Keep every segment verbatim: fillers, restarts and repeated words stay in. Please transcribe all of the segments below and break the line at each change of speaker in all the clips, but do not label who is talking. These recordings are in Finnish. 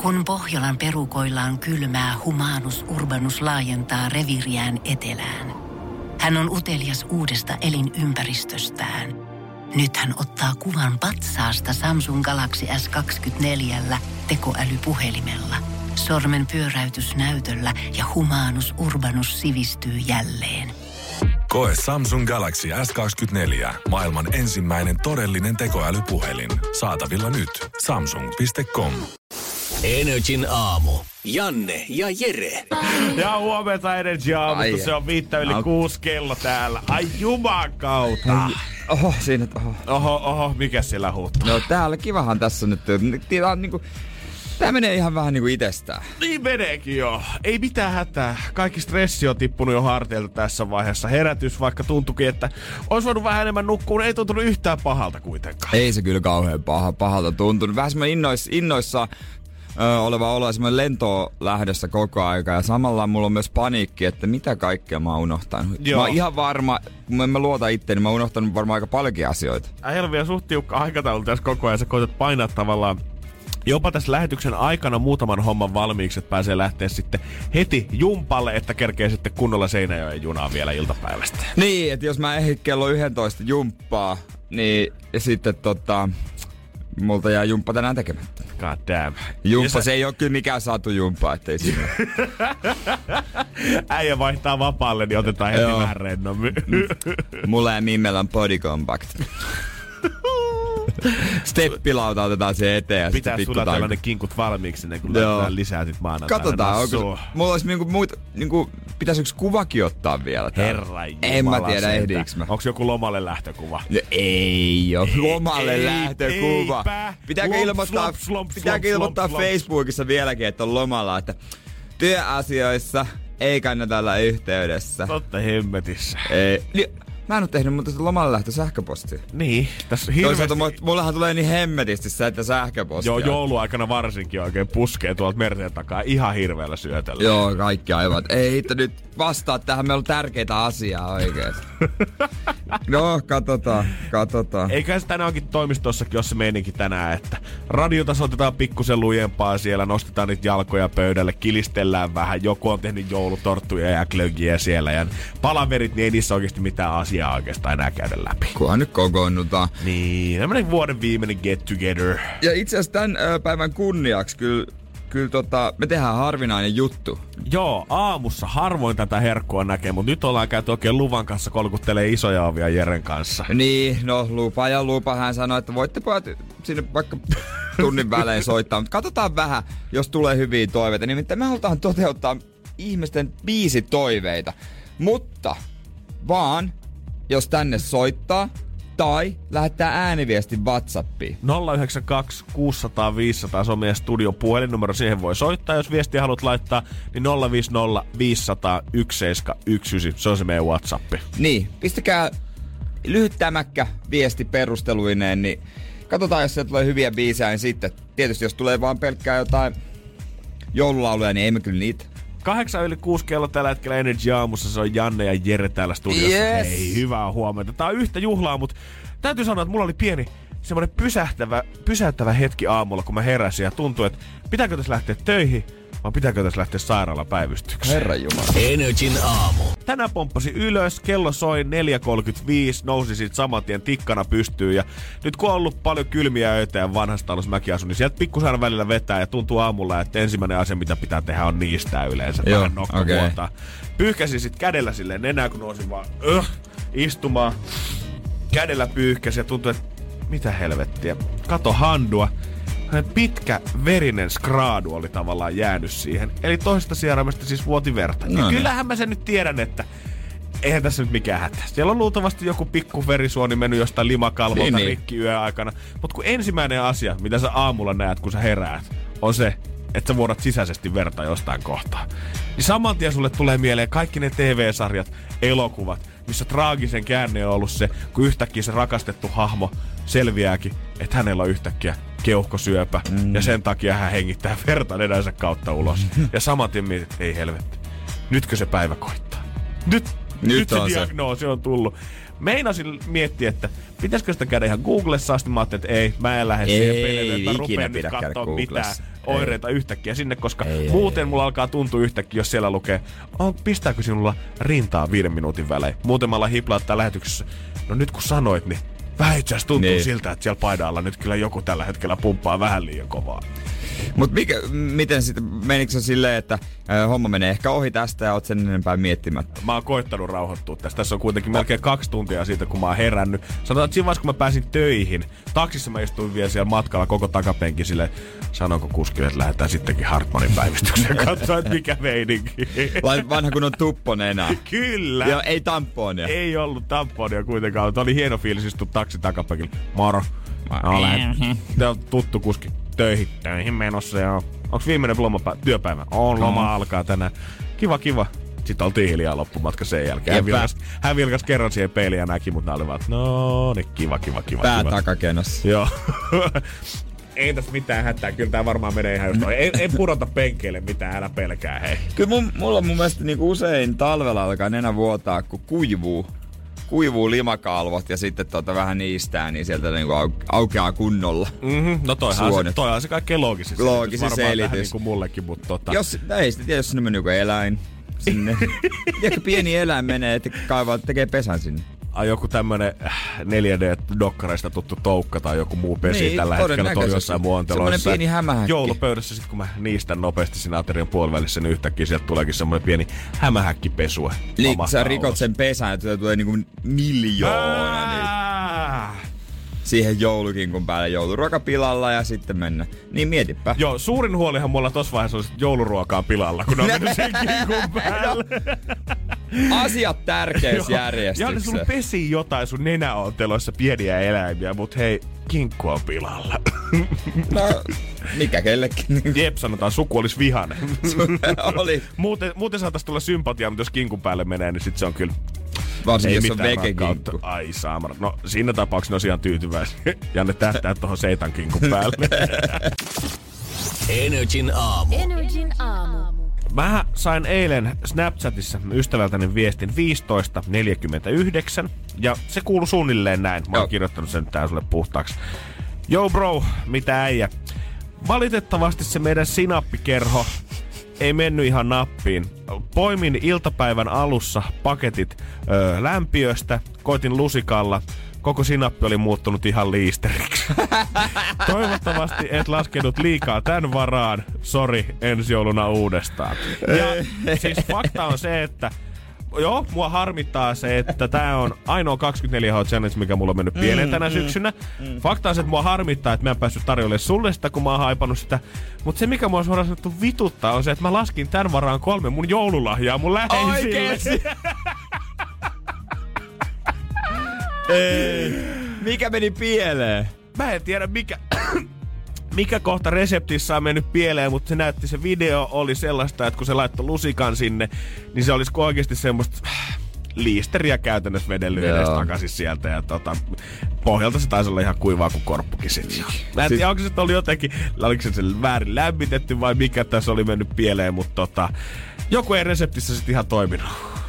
Kun Pohjolan perukoillaan kylmää, Humanus Urbanus laajentaa reviiriään etelään. Hän on utelias uudesta elinympäristöstään. Nyt hän ottaa kuvan patsaasta Samsung Galaxy S kaksikymmentäneljä tekoälypuhelimella. Sormen pyöräytys näytöllä ja Humanus Urbanus sivistyy jälleen.
Koe Samsung Galaxy S kaksikymmentäneljä. Maailman ensimmäinen todellinen tekoälypuhelin. Saatavilla nyt. Samsung piste com.
Energin aamu. Janne ja Jere.
Ja huomenta Energy aamusta. Se on viittä yli no. kuusi kello täällä. Ai juman kautta.
Oho, siinä, oho.
Oho, oho, mikä siellä huuttaa?
No täällä kivahan tässä nyt. Tää on niinku... Tää menee ihan vähän niinku itsestään.
Niin meneekin jo. Ei mitään hätää. Kaikki stressi on tippunut jo harteilta tässä vaiheessa. Herätys vaikka tuntuikin, että olisi voinut vähän enemmän nukkua. Ei tuntunut yhtään pahalta kuitenkaan.
Ei se kyllä kauhean paha, pahalta tuntunut. Vähän semmoinen innois, innoissa ö, oleva olo ja semmoinen lentoon lähdössä koko aika. Ja samalla mulla on myös paniikki, että mitä kaikkea mä oon unohtanut. Joo. Mä oon ihan varma, kun en mä luota itteeni, mä oon unohtanut varmaan aika paljonkin asioita. Äijällä
on vielä suht tiukka aikataulu tässä koko ajan. Sä koetat painaa tavallaan jopa tässä lähetyksen aikana muutaman homman valmiiksi, että pääsee lähteä sitten heti jumpalle, että kerkee sitten kunnolla Seinäjoen junaa vielä iltapäivästä.
Niin, että jos mä ehdin kello yksitoista jumppaa, niin sitten tota, multa jää jumppa tänään tekemättä.
God damn.
Jumppa, sä... se ei ole kyllä mikään saatu jumppa, ettei siinä.
Äijä vaihtaa vapaalle, niin otetaan heti vähän rennommin.
Mulla ja Mimmellä on body compact. Steppilauta otetaan siihen eteen.
Pitää sulla tällainen kinkut valmiiksi, niin kun laitetaan lisää sit maanantaina.
Katsotaan, onko, mulla olisi niinku muita, niinku, pitäisikö kuvakin ottaa vielä täällä?
Herra jumala.
En mä tiedä, ehdiinkö mä.
Onko joku lomalle lähtökuva?
No, ei oo lomalle ei, lähtökuva. Eipä. Pitääkö lump, ilmoittaa, slump, slump, pitääkö slump, ilmoittaa slump, Facebookissa slump. vieläkin, että on lomalla, että työasioissa ei kannata olla yhteydessä.
Totta hemmetissä.
Ei. Mä en oo tehnyt mutta lomalle lähtö sähköpostia.
Niin, tässä hirveästi...
Toisaalta mullahan tulee niin hemmetisti se, että sähköpostia.
Joo, jouluaikana varsinkin oikein puskee tuolta merten takaa ihan hirveällä syötöllä.
Joo, kaikki aivan. Ei hitto nyt vastaa tähän, meillä on tärkeitä asiaa oikeesti. No, katsotaan, katsotaan.
Eikä se tänään onkin toimistossakin, jos se meininki tänään, että radiotaso otetaan pikkusen lujempaa siellä, nostetaan niitä jalkoja pöydälle, kilistellään vähän. Joku on tehnyt joulutorttuja ja glögiä siellä ja palaverit, niin ei niissä oikeesti mitään asiaa oikeastaan enää käydä läpi.
Kunhan nyt kokoonnutaan.
Niin, tämmönen vuoden viimeinen get together.
Ja itse asiassa tämän ö, päivän kunniaksi kyllä, kyllä tota, me tehdään harvinainen juttu.
Joo, aamussa harvoin tätä herkkua näkee, mutta nyt ollaan käyty oikein luvan kanssa kolkuttelee isoja ovia Jeren kanssa.
Niin, no lupa ja lupa. Hän sanoi, että voitte pojat sinne vaikka tunnin välein soittaa, mutta katsotaan vähän, jos tulee hyviä toiveita. Nimittäin me halutaan toteuttaa ihmisten biisitoiveita, mutta vaan jos tänne soittaa tai lähettää ääniviestin WhatsAppiin.
nolla yhdeksän kaksi kuusi nolla nolla viisi nolla nolla, se on meidän studion puhelinnumero, siihen voi soittaa. Jos viestiä haluat laittaa, niin nolla viisi nolla viisi nolla nolla yksi seitsemän yksi yhdeksän, se on se meidän WhatsApp.
Niin, pistäkää lyhyt tämäkkä viesti perusteluineen, niin katsotaan, jos sieltä tulee hyviä biisejä, niin sitten tietysti jos tulee vaan pelkkää jotain joululauluja, niin ei me kyllä niitä.
Kahdeksan yli kuusi kello tällä hetkellä Energy aamussa, se on Janne ja Jere täällä studiossa.
Yes.
Hei, hyvää huomenta. Tää on yhtä juhlaa, mutta täytyy sanoa, että mulla oli pieni semmonen pysähtävä, pysäyttävä hetki aamulla, kun mä heräsin ja tuntui, että pitääkö tässä lähteä töihin, vai pitääkö tässä lähteä sairaalapäivystykseen.
Herranjumala.
Energin aamu.
Tänään pomppasin ylös, kello soi neljä kolmekymmentäviisi, nousi siitä saman tien tikkana pystyyn ja nyt kun on ollut paljon kylmiä öitä ja vanhassa talossa mäkin asun, niin sieltä pikkusen välillä vetää ja tuntuu aamulla, että ensimmäinen asia mitä pitää tehdä on niistää yleensä.
Joo,
vähän nokka
okay.
vuotaa. Pyyhkäsin sit kädellä silleen nenää, kun nousin vaan öh, istumaan. Kädellä pyyhkäsin ja tuntui, että mitä helvettiä. Kato handua. Pitkä verinen skraadu oli tavallaan jäänyt siihen. Eli toisesta sieraimesta siis vuoti verta. No, ja kyllähän mä sen nyt tiedän, että eihän tässä nyt mikään hätä. Siellä on luultavasti joku pikku verisuoni mennyt jostain limakalvolta niin, rikki yön aikana. Mutta kun ensimmäinen asia, mitä sä aamulla näet, kun sä heräät, on se, että sä vuodat sisäisesti verta jostain kohtaa. Niin saman tien sulle tulee mieleen kaikki ne T V-sarjat, elokuvat, missä traagisen käänne on ollut se, kun yhtäkkiä se rakastettu hahmo selviääkin, että hänellä on yhtäkkiä keuhkosyöpä, mm. ja sen takia hän hengittää verta nenänsä kautta ulos. Ja saman tien mietit, ei helvetti, nytkö se päivä koittaa? Nyt, nyt, nyt se diagnoosi on tullut. Meinasin miettiä, että pitäisikö sitä käydä ihan Googlessa asti? Mä ajattelin, että ei, mä en lähde
ei,
siihen peleille, että mä
ikinä
rupean
pidä
nyt
käydä
katsoa mitään
Googlessa.
oireita ei. yhtäkkiä sinne, koska
ei,
muuten
ei,
mulla alkaa tuntua yhtäkkiä, jos siellä lukee, on, pistääkö sinulla rintaa viiden minuutin välein. Muuten mä alan hiplauttaa lähetyksessä. No nyt kun sanoit, niin vähän itse asiassa tuntuu niin. siltä, että siellä paidalla nyt kyllä joku tällä hetkellä pumppaa vähän liian kovaa.
Mut mikä, miten sitten, menikö se silleen, että ö, homma menee ehkä ohi tästä ja oot sen enempää miettimättä?
Mä oon koittanut rauhoittua tästä. Tässä on kuitenkin melkein kaksi tuntia siitä, kun mä oon herännyt. Sanotaan, että siinä vaiheessa, kun mä pääsin töihin, taksissa mä istuin vielä siellä matkalla koko takapenki silleen, sanonko kuskille, että lähdetään sittenkin Hartmanin päivystykseen katsoa, että mikä meininki.
Vanha kun on tupponenä.
Kyllä.
Ja ei tamponia.
Ei ollut tamponia kuitenkaan, mutta oli hieno fiilis istua taksin takapenkillä. Moro. No, lähdet. Tää on tuttu kuski. Töihin, töihin menossa ja onks viimeinen lomapä- työpäivä? On, loma mm. alkaa tänään. Kiva, kiva. Sitten oltiin hiljaa loppumatka sen jälkeen. Hän vilkas, hän vilkas kerran siihen peiliin ja näki, mutta nää oli vaan, no niin, kiva, kiva, kiva.
Pää
kiva.
takakenossa.
Joo. Ei tästä mitään hätää, kyllä tää varmaan menee ihan just noin. Ei, ei pudota penkeille mitään, älä pelkää, hei.
Kyllä mun, mulla mun mielestä niinku usein talvella alkaa nenä vuotaa, kun kuivuu. Kuivuu limakalvot ja sitten tota vähän niistää, niin sieltä niinku au, aukeaa kunnolla.
Mm-hmm. No toihan se, toihan se kaikkein loogisin selitys.
Loogisin selitys.
Vähän niin kuin mullekin, mutta tota...
Jos, ei sitä tiedä, jos sinne menee joku eläin sinne. Tiedätkö, pieni eläin menee, että kaivaa, tekee pesän sinne.
Ai joku tämmönen neljä D-dokkareista tuttu toukka tai joku muu pesi
niin,
tällä hetkellä tuolla jossain muonteloissa.
Semmoinen pieni hämähäkki.
Joulupöydässä sit kun mä niistän nopeasti siinä aterian puolivälissä, niin yhtäkkiä sieltä tuleekin semmoinen pieni hämähäkkipesue.
Niin sä rikot sen pesän, että tulee niinku miljoona. Niin. Siihen joulukinkun päälle jouluruoka pilalla ja sitten mennä. Niin mietipä.
Joo, suurin huolihan mulla tossa vaiheessa olisi, että jouluruokaa pilalla, kun on mennyt sen kinkun päälle.
Asiat tärkeysjärjestykseen.
Ja sun pesi jotain sun nenäonteloissa pieniä eläimiä, mut hei, kinkku on pilalla.
No, mikä kellekin.
Jep, sanotaan, suku olisi vihainen.
Oli.
Muuten, muuten saatais tulla sympatiaa, mutta jos kinkun päälle menee, niin sit se on kyllä...
Varsinkin
ei
jos on vegekinkku.
Ai saamara. No siinä tapauksessa ne on ihan tyytyväisiä. Janne tähtää tohon seitan kinkun päälle.
Energin aamu.
Energin aamu.
Mä sain eilen Snapchatissa ystävältäni viestin viisitoista neljäkymmentäyhdeksän. Ja se kuului suunnilleen näin. Mä oon kirjoittanut sen tää sulle puhtaaksi. Yo bro, mitä äijä? Valitettavasti se meidän sinappikerho ei mennyt ihan nappiin. Poimin iltapäivän alussa paketit öö, lämpiöstä, koitin lusikalla. Koko sinappi oli muuttunut ihan liisteriksi. Toivottavasti et laskenut liikaa tän varaan. Sori, ensi jouluna uudestaan. Ja siis fakta on se, että joo, mua harmittaa se, että tää on ainoa kaksikymmentäneljä H challenge, mikä mulla on mennyt pieleen tänä mm, syksynä. Mm, mm. Fakta on se, että mua harmittaa, että mä en päässyt tarjolle sulle sitä, kun mä oon haipannut sitä. Mut se, mikä mua suoraan sanottu vituttaa, on se, että mä laskin tän varaan kolme mun joululahjaa mun läheisille.
Ei. Mikä meni pieleen?
Mä en tiedä, mikä... Mikä kohta reseptissä on mennyt pieleen, mutta se näytti, se video oli sellaista, että kun se laittoi lusikan sinne, niin se olisi oikeasti semmoista liisteriä käytännössä vedellyt edes takaisin sieltä. Ja tota, pohjalta se taisi olla ihan kuivaa kuin korppukin sit. Mä en tiedä, onko se oli jotenkin, oliko se väärin lämmitetty vai mikä tässä oli mennyt pieleen, mutta tota, joku ei reseptissä sit ihan toiminut.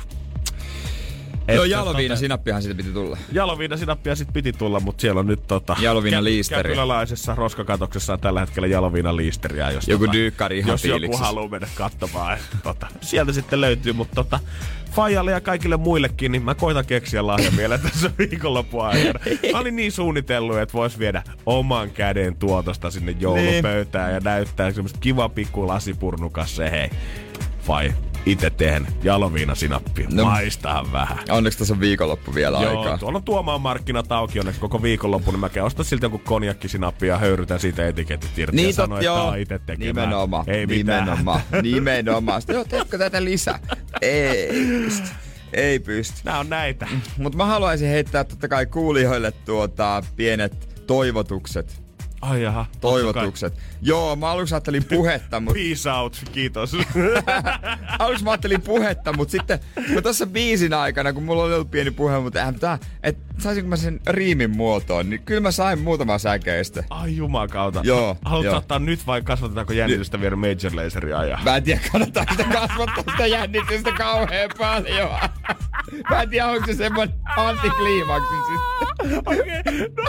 Joo, jaloviina sinappiahan siitä piti tulla.
Jaloviina sinappia sit piti tulla, mutta siellä on nyt tota...
Jaloviina liisteri.
Käpyläläisessä roskakatoksessa on tällä hetkellä jaloviina liisteriä. Jos
joku
tota,
dyykkari ihan
jos
fiiliksissä.
Joku haluaa mennä katsomaan, että tota, sieltä sitten löytyy, mutta tota... Fajalle ja kaikille muillekin, niin mä koitan keksiä lahjan vielä tässä viikonlopun aikana. Mä olin niin suunnitellut, että vois viedä oman käden tuotosta sinne joulupöytään ja näyttää semmoista kiva pikku lasipurnukas se, hei, fai. Itse teen jaloviinasinappia. No, maistaa vähän.
Onneksi tässä on viikonloppu vielä
Joo,
aikaa.
Tuolla on Tuomaan markkinat auki onneksi koko viikonloppu, niin mä käyn ostaa siltä joku konjakkisinappi ja höyrytän siitä etiketit irti
niin
ja sanon, että tää on ite tekemään.
Nimenomaan.
Ei
nimenomaan. Nimenomaan. Joo, teetkö tätä lisää? Ei pysty. Ei pysty.
Nää on näitä.
Mut mä haluaisin heittää totta kai kuulijoille tuota pienet toivotukset.
Ai jaha.
Toivotukset. Joo, mä aluksi ajattelin puhetta, mut...
Peace out, kiitos.
aluksi mä ajattelin puhetta, mut sitten mä tossa biisin aikana, kun mulla oli ollut pieni puhe, mutta eihän tää, et saisinko mä sen riimin muotoon, niin kyllä mä sain muutama säkeistä.
Ai jumakauta.
Joo.
Haluatko ottaa nyt vai kasvatetaanko jännitystä vielä Major Lazeria ajaa?
Mä en tiedä, kannattaa sitä kasvattaa sitä jännitystä kauhean paljon. Mä en tiedä, onko se semmoinen antikliimaksi sitten.
Okei, okay. No.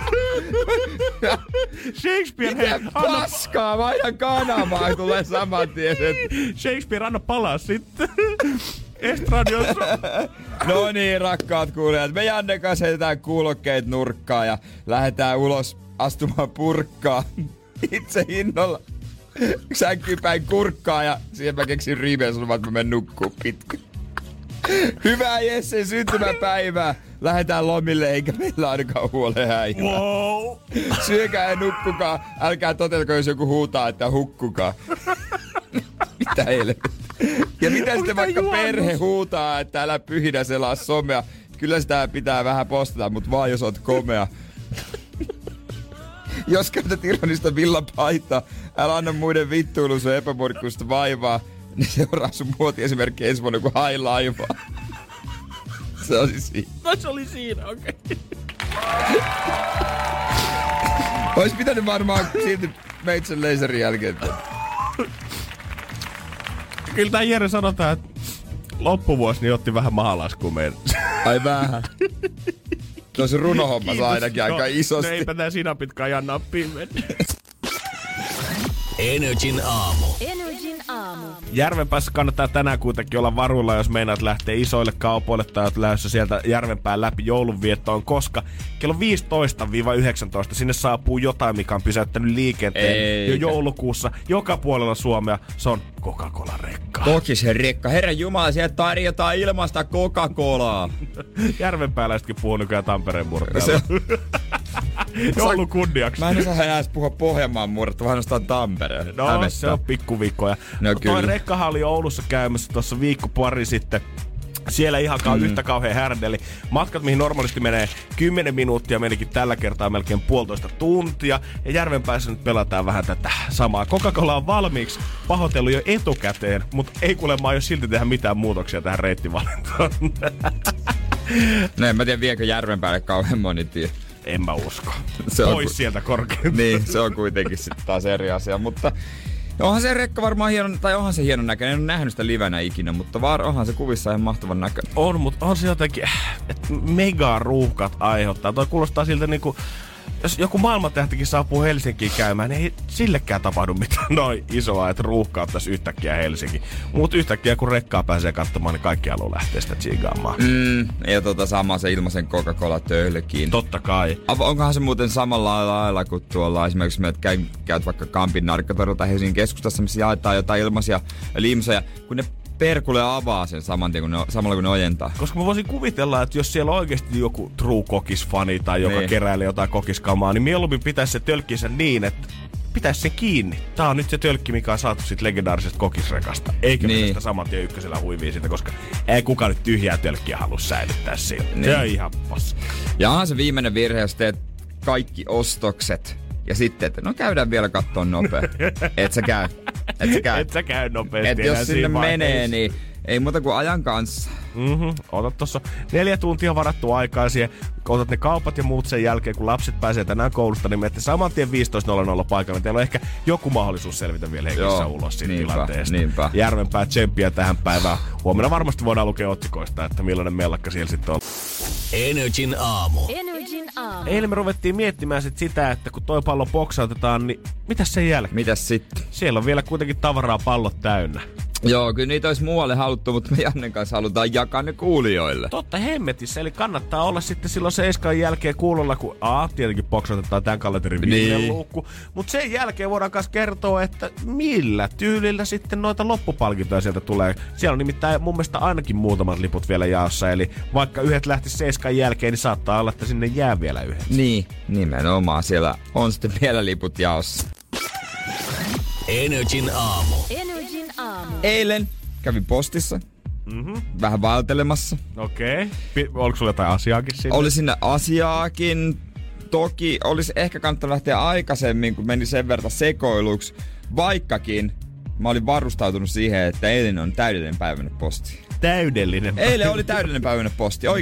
Shakespeare, hei,
anna... paskaa, vaihdan kanamaa, tulee saman tien.
Shakespeare, anna palaa sitten. Estradiossa.
No niin, rakkaat kuulijat. Me Janne kanssa heitetään kuulokkeet nurkkaan ja lähdetään ulos astumaan purkkaa itse hinnolla. Sänkypäin kurkkaa ja siihen mä keksin riimeen sanomaan, että mä menen nukkuun pitkä. Hyvää Jessen syntymäpäivää. Lähdetään lomille eikä meillä ainakaan huole häivää.
Wow.
Syökää ja nukkukaa. Älkää totelko, jos joku huutaa, että hukkukaa. Mitä helvettiä? Ja mitä sitten vaikka juonnus? Perhe huutaa, että älä pyhinä selaa somea. Kyllä sitä pitää vähän postata, mutta vaan jos oot komea. Jos käytät ironista villapaitaa, älä anna muiden vittuilu sun epämurkkuista vaivaa, niin seuraa sun muotiesimerkki ensi vuonna kuin hai laivaa. Se oli siinä.
No se oli siinä, okei. Okay.
Ois pitänyt varmaan silti meitsän laserin jälkeen.
Kyllä tää Jere sanotaan, että loppuvuosi niin otti vähän mahalaskuun meidän.
Ai vähän. Tuossa runohommassa ainakin no, aika isosti.
No eipä tää sinapitkaan ja nappiin mennä.
Energin aamu.
Energin aamu.
Järvenpäässä kannattaa tänään kuitenkin olla varuilla, jos meinaat lähteä isoille kaupoille tai olet lähdössä sieltä Järvenpään läpi joulunviettoon, koska kello viisitoista yhdeksäntoista sinne saapuu jotain, mikä on pysäyttänyt liikenteen Eikä. jo joulukuussa. Joka puolella Suomea se on Coca-Cola-rekka.
Kokisen rekka. Herran Jumala, siellä tarjotaan ilmaista Coca-Colaa.
Järvenpääläisetkin puhuu nykyään Tampereen murteella. Joulun kunniaksi.
Mä en osaa edes puhua Pohjanmaan murretta, vaan ainoastaan Tampereen.
No Hävettää. Se on pikkuviikkoja.
No,
toi rekkahan oli Oulussa käymässä tuossa viikko pari sitten. Siellä ihan ka- mm. yhtä kauhean härdeli. Matkat, mihin normaalisti menee kymmenen minuuttia, menikin tällä kertaa melkein puolitoista tuntia. Ja Järvenpäässä nyt pelataan vähän tätä samaa. Coca-Cola on valmiiksi pahoitellut jo etukäteen, mutta ei kuulemma aio silti tehdä mitään muutoksia tähän reittivalintaan.
No en mä tiedä, viekö Järvenpäälle kauhean moni tie.
En mä usko.
Se
Pois
ku...
sieltä korkeintaan.
Niin, se on kuitenkin sitten taas eri asia, mutta onhan se rekka varmaan hieno, tai onhan se hienon näköinen. En ole nähnyt sitä livenä ikinä, mutta var, onhan se kuvissa ihan mahtavan näköinen.
On, mutta on se jotenkin, että mega ruuhkat aiheuttaa. Toi kuulostaa siltä niinku, jos joku maailmantähtikin saapuu Helsinkiin käymään, niin ei sillekään tapahdu mitään noin isoa, että ruuhkauttaisi yhtäkkiä Helsinki. Mut yhtäkkiä kun rekkaa pääsee katsomaan, niin kaikki haluaa lähteä sitä tsiigaamaan.
Mm, ja tota sama se ilmaisen Coca-Cola-tölkiin.
Totta kai.
Ava, onkohan se muuten samalla lailla kuin tuolla esimerkiksi meidät käy, käyt vaikka Kampin narkkatorilla Helsingin keskustassa, missä jaetaan jotain ilmaisia limsoja, kun ne perkule avaa sen saman tien, kun ne, samalla kun ne ojentaa.
Koska mä voisin kuvitella, että jos siellä on oikeasti joku true kokis-fani tai joka niin. keräilee jotain kokiskamaa, niin mieluummin pitäisi se tölkkinsä niin, että pitäisi sen kiinni. Tää on nyt se tölkki, mikä on saatu sit legendaarisesta kokisrekasta. Eikä niin. sitä saman tien ykkösellä huivia siitä, koska ei kukaan nyt tyhjää tölkkiä halua säilyttää siinä. Niin. Se on ihan paska.
Ja onhan se viimeinen virhe, jos teet kaikki ostokset ja sitten, että no käydään vielä kattoon nopea. Et sä käy. Et sä käy.
Et sä käy nopeasti.
Et jos sinne menee, niin ei muuta kuin ajan kanssa.
Mm-hmm. Otat tossa neljä tuntia varattua aikaa siihen. Otat ne kaupat ja muut sen jälkeen, kun lapset pääsee tänään koulusta, niin menette saman tien viisitoista nolla nolla paikalle. Teillä on ehkä joku mahdollisuus selvitä vielä hengissä ulos siitä
niinpä,
tilanteesta.
Niinpä.
Järvenpää tsemppiä tähän päivään. Huomenna varmasti voidaan lukea otsikoista, että millainen mellakka siellä sitten on.
Energin aamu.
Energin aamu.
Eilen me ruvettiin miettimään sit sitä, että kun toi pallo boksautetaan, niin mitäs sen jälkeen?
Mitäs sitten?
Siellä on vielä kuitenkin tavaraa pallot täynnä.
Joo, kyllä niitä olisi muualle haluttu, mutta me Jannen kanssa halutaan jakaa ne kuulijoille.
Totta hemmetissä, eli kannattaa olla sitten silloin seiskan jälkeen kuulolla, kun A, tietenkin boksautetaan tämän kalenterin viimeinen niin. luukku. Mutta sen jälkeen voidaan myös kertoa, että millä tyylillä sitten noita loppupalkintoja sieltä tulee. Siellä on nimittäin mun mielestä ainakin muutamat liput vielä jaossa, eli vaikka yhdet lähtis seiskan jälkeen, niin saattaa olla, että sinne jää vielä yhdet.
Niin, nimenomaan. Siellä on sitten vielä liput jaossa.
Energin aamu.
Energin aamu.
Eilen kävin postissa.
Mm-hmm.
Vähän vaeltelemassa.
Okei. Okay. Oliko sulla jotain asiaakin sinne?
Oli sinne asiaakin. Toki olisi ehkä kannattanut lähteä aikaisemmin, kun meni sen verran sekoiluksi. Vaikkakin mä olin varustautunut siihen, että eilen on täydellinen päivänne posti.
Täydellinen päivänne.
Eilen oli täydellinen päivänne posti, oikeesti.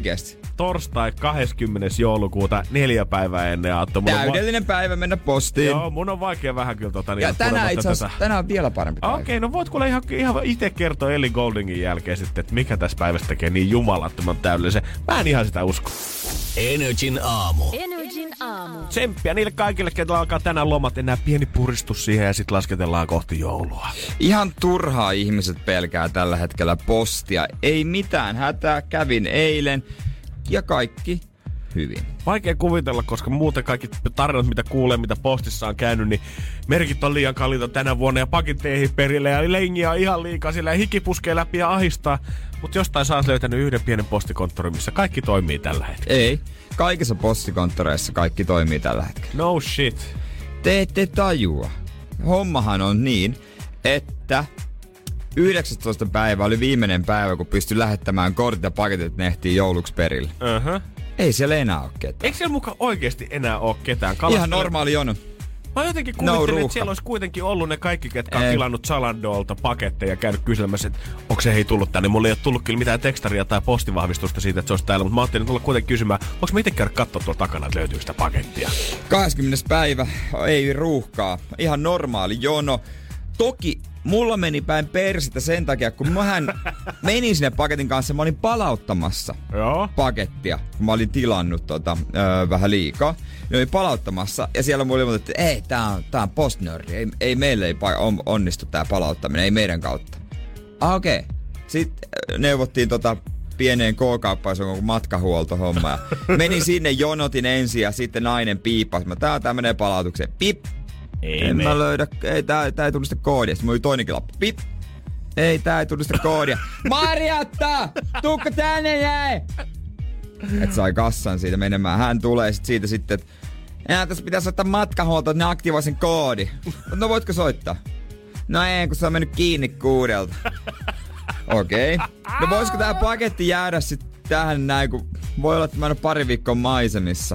torstai kahdeskymmenes joulukuuta, neljä päivää ennen aattoa.
Täydellinen va- päivä mennä postiin.
Joo, mun on vaikea vähän kyllä tota niin.
Ja tänään itse asiassa, tänään on vielä parempi päivä.
Okei, okay, no voit kuule ihan, ihan itse kertoa Ellie Gouldingin jälkeen sitten, että mikä tässä päivästä tekee niin jumalattoman täydellisen. Mä en ihan sitä usko.
Energin aamu.
Energin aamu.
Tsemppiä niille kaikille, ketä alkaa tänään lomat, enää pieni puristus siihen ja sitten lasketellaan kohti joulua.
Ihan turhaa ihmiset pelkää tällä hetkellä postia. Ei mitään hätää, kävin eilen ja kaikki hyvin.
Vaikea kuvitella, koska muuten kaikki tarinat, mitä kuulee, mitä postissa on käynyt, niin merkit on liian kalliita tänä vuonna ja paketteihin perille ja lengiä on ihan liikaa sillä ja hiki puskee läpi ja ahistaa. Mutta jostain saa löytänyt yhden pienen postikonttorin, missä kaikki toimii tällä hetkellä.
Ei. Kaikissa postikonttoreissa kaikki toimii tällä hetkellä.
No shit.
Te ette tajua. Hommahan on niin, että yhdeksästoista päivä oli viimeinen päivä, kun pystyi lähettämään kortit ja paketit nehtiin jouluksi perille.
Uh-huh.
Ei siellä enää ole ketään.
Eikö siellä mukaan oikeesti enää ole ketään?
Kalastele... Ihan normaali jono.
Mä jotenkin kuvittelin, no, että siellä olisi kuitenkin ollut ne kaikki, ketkä on tilannut Zalandolta paketteja ja käynyt kyselemässä, että onko se hei tullut tänne. Mulla ei ole tullut kyllä mitään tekstaria tai postivahvistusta siitä, että se olisi täällä, mutta mä ajattelin tulla kuitenkin kysymään, onko mä itse käydä katsoa tuolla takana, että löytyy sitä pakettia.
kahdeskymmenes päivä, ei ruuhkaa. Ihan normaali jono. Toki mulla meni päin persitä sen takia, kun mähän menin sinne paketin kanssa, mä olin palauttamassa
Joo.
pakettia, kun mä olin tilannut tota, öö, vähän liikaa. Ja olin palauttamassa ja siellä mulla oli että ei, tää on, tää on postnörri, ei, ei meille ei on, onnistu tää palauttaminen, ei meidän kautta. Ah, okei. Okay. Sitten neuvottiin tota pieneen K-kauppaan, se on matkahuoltohomma. Menin sinne, jonotin ensin ja sitten nainen piippasi. Mä, tää, tää menee palautukseen. Pip!
Ei
en
me.
mä löydä, ei, tää, tää ei tunnista koodia. Sitten mulla oli toinenkin lappu. Pip! Ei, tää ei tunnista koodia. Marjatta! Tuukko tänne jäi! Et sai kassan siitä menemään. Hän tulee sit siitä sitten, että enää tässä pitäisi ottaa matkahuolto, että ne aktivoi sen koodi. No voitko soittaa? No ei, kun se on mennyt kiinni kuudelta. Okei. Okay. No voisiko tää paketti jäädä sit tähän näin, kun voi olla, että mä en ole pari viikkoa maisemissa.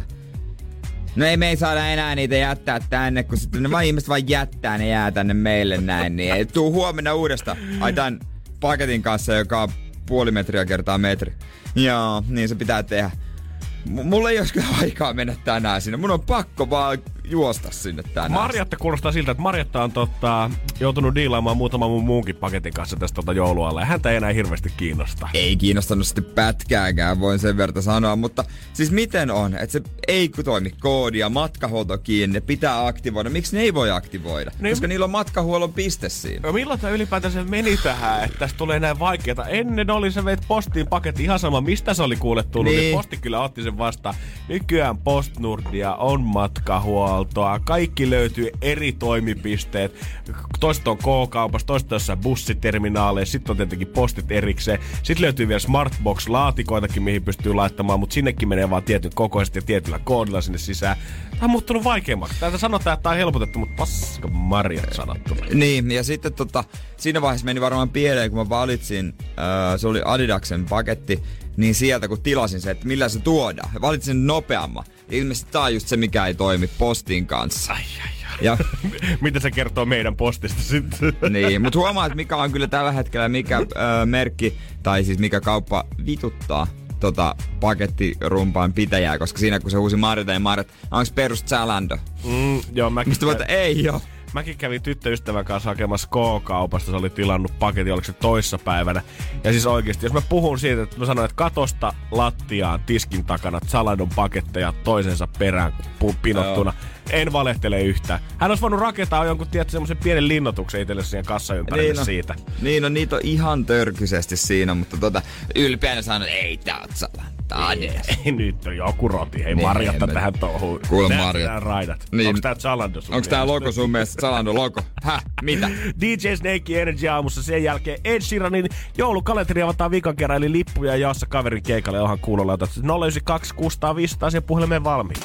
No ei me ei saada enää niitä jättää tänne, kun sitten ne vaan ihmiset vaan jättää, ne jää tänne meille näin. Niin ei tuu huomenna uudestaan. Ai tän paketin kanssa, joka on puoli metriä kertaa metri. Joo, niin se pitää tehdä. M- mulla ei olisi kyllä aikaa mennä tänään sinne. Mun on pakko vaan juosta sinne tänään.
Marjatta kuulostaa siltä, että Marjatta on tota, joutunut diilaamaan muutaman mun muunkin paketin kanssa tästä tota joulualla. Ja häntä ei enää hirveästi kiinnosta.
Ei kiinnostanut sitten pätkääkään, voin sen verran sanoa. Mutta siis miten on, että se ei toimi koodia, matkahuolto kiinni, pitää aktivoida. Miksi ne ei voi aktivoida? Niin, koska niillä on matkahuollon piste siinä.
No milloin tämä ylipäätänsä meni tähän, että tästä tulee näin vaikeeta? Ennen oli se veit postiin paketti ihan sama, mistä se oli kuule tullut. Niin. Niin posti kyllä otti sen vastaan. Nykyään Postnordia on matkahuolto. Kaikki löytyy eri toimipisteet. Toiset on K-kaupassa, toiset on jossain bussiterminaaleissa, sitten on tietenkin postit erikseen. Sitten löytyy vielä Smartbox-laatikoitakin, mihin pystyy laittamaan, mutta sinnekin menee vaan tietyn kokoisesti ja tietyllä koodilla sinne sisään. Tämä on muuttunut vaikeammaksi. Täältä sanotaan, että tämä on helpotettu, mutta paska marjat sanottu.
Niin, ja sitten tota, siinä vaiheessa meni varmaan pieleen, kun mä valitsin, äh, se oli Adidaksen paketti, niin sieltä kun tilasin se, että millä se tuodaan. Valitsin nopeamman. Ilmeisesti tää on just se, mikä ei toimi postin kanssa.
Ai, ai, ai.
Ja,
mitä se kertoo meidän postista sitten?
niin, mutta huomaa, että mikä on kyllä tällä hetkellä mikä ö, merkki, tai siis mikä kauppa vituttaa tota pakettirumpaan pitäjää, koska siinä kun se huusi Marjata ja Marjat, onks perus Zalando?
Mm, joo, mäkin...
Mistä voit, ei joo.
Mäkin kävin tyttöystävän kanssa hakemassa K-kaupasta, se oli tilannut paketin, oliko se toissapäivänä. Ja siis oikeesti, jos mä puhun siitä, että mä sanon, että katosta lattiaan tiskin takana Zalandon paketteja toisensa perään pinottuna, en valehtele yhtään. Hän olisi voinut rakentaa jonkun, tiedätkö, semmosen pienen linnoituksen itselle siihen kassan ympärille niin siitä.
Niin on, niitä on ihan törkyisesti siinä, mutta tota, ylpeänä sanon, ei tää on Zalando.
Ei nyt on joku roti, hei niin, Marjatta tähän touhuun.
Kuule Marjatta.
Nää raidat.
Niin.
Onks tää Zalando sun
Onks tää logo sun mielestä Zalando logo? Häh? Mitä?
D J Snake Energy aamussa sen jälkeen Ed Sheeranin joulukalenteri avataan viikon kerran, eli lippuja jaossa kaverin keikalle onhan kuulolla. Otat nolla yhdeksän kaksi kuusi nolla viisi nolla siihen puhelimeen valmiin.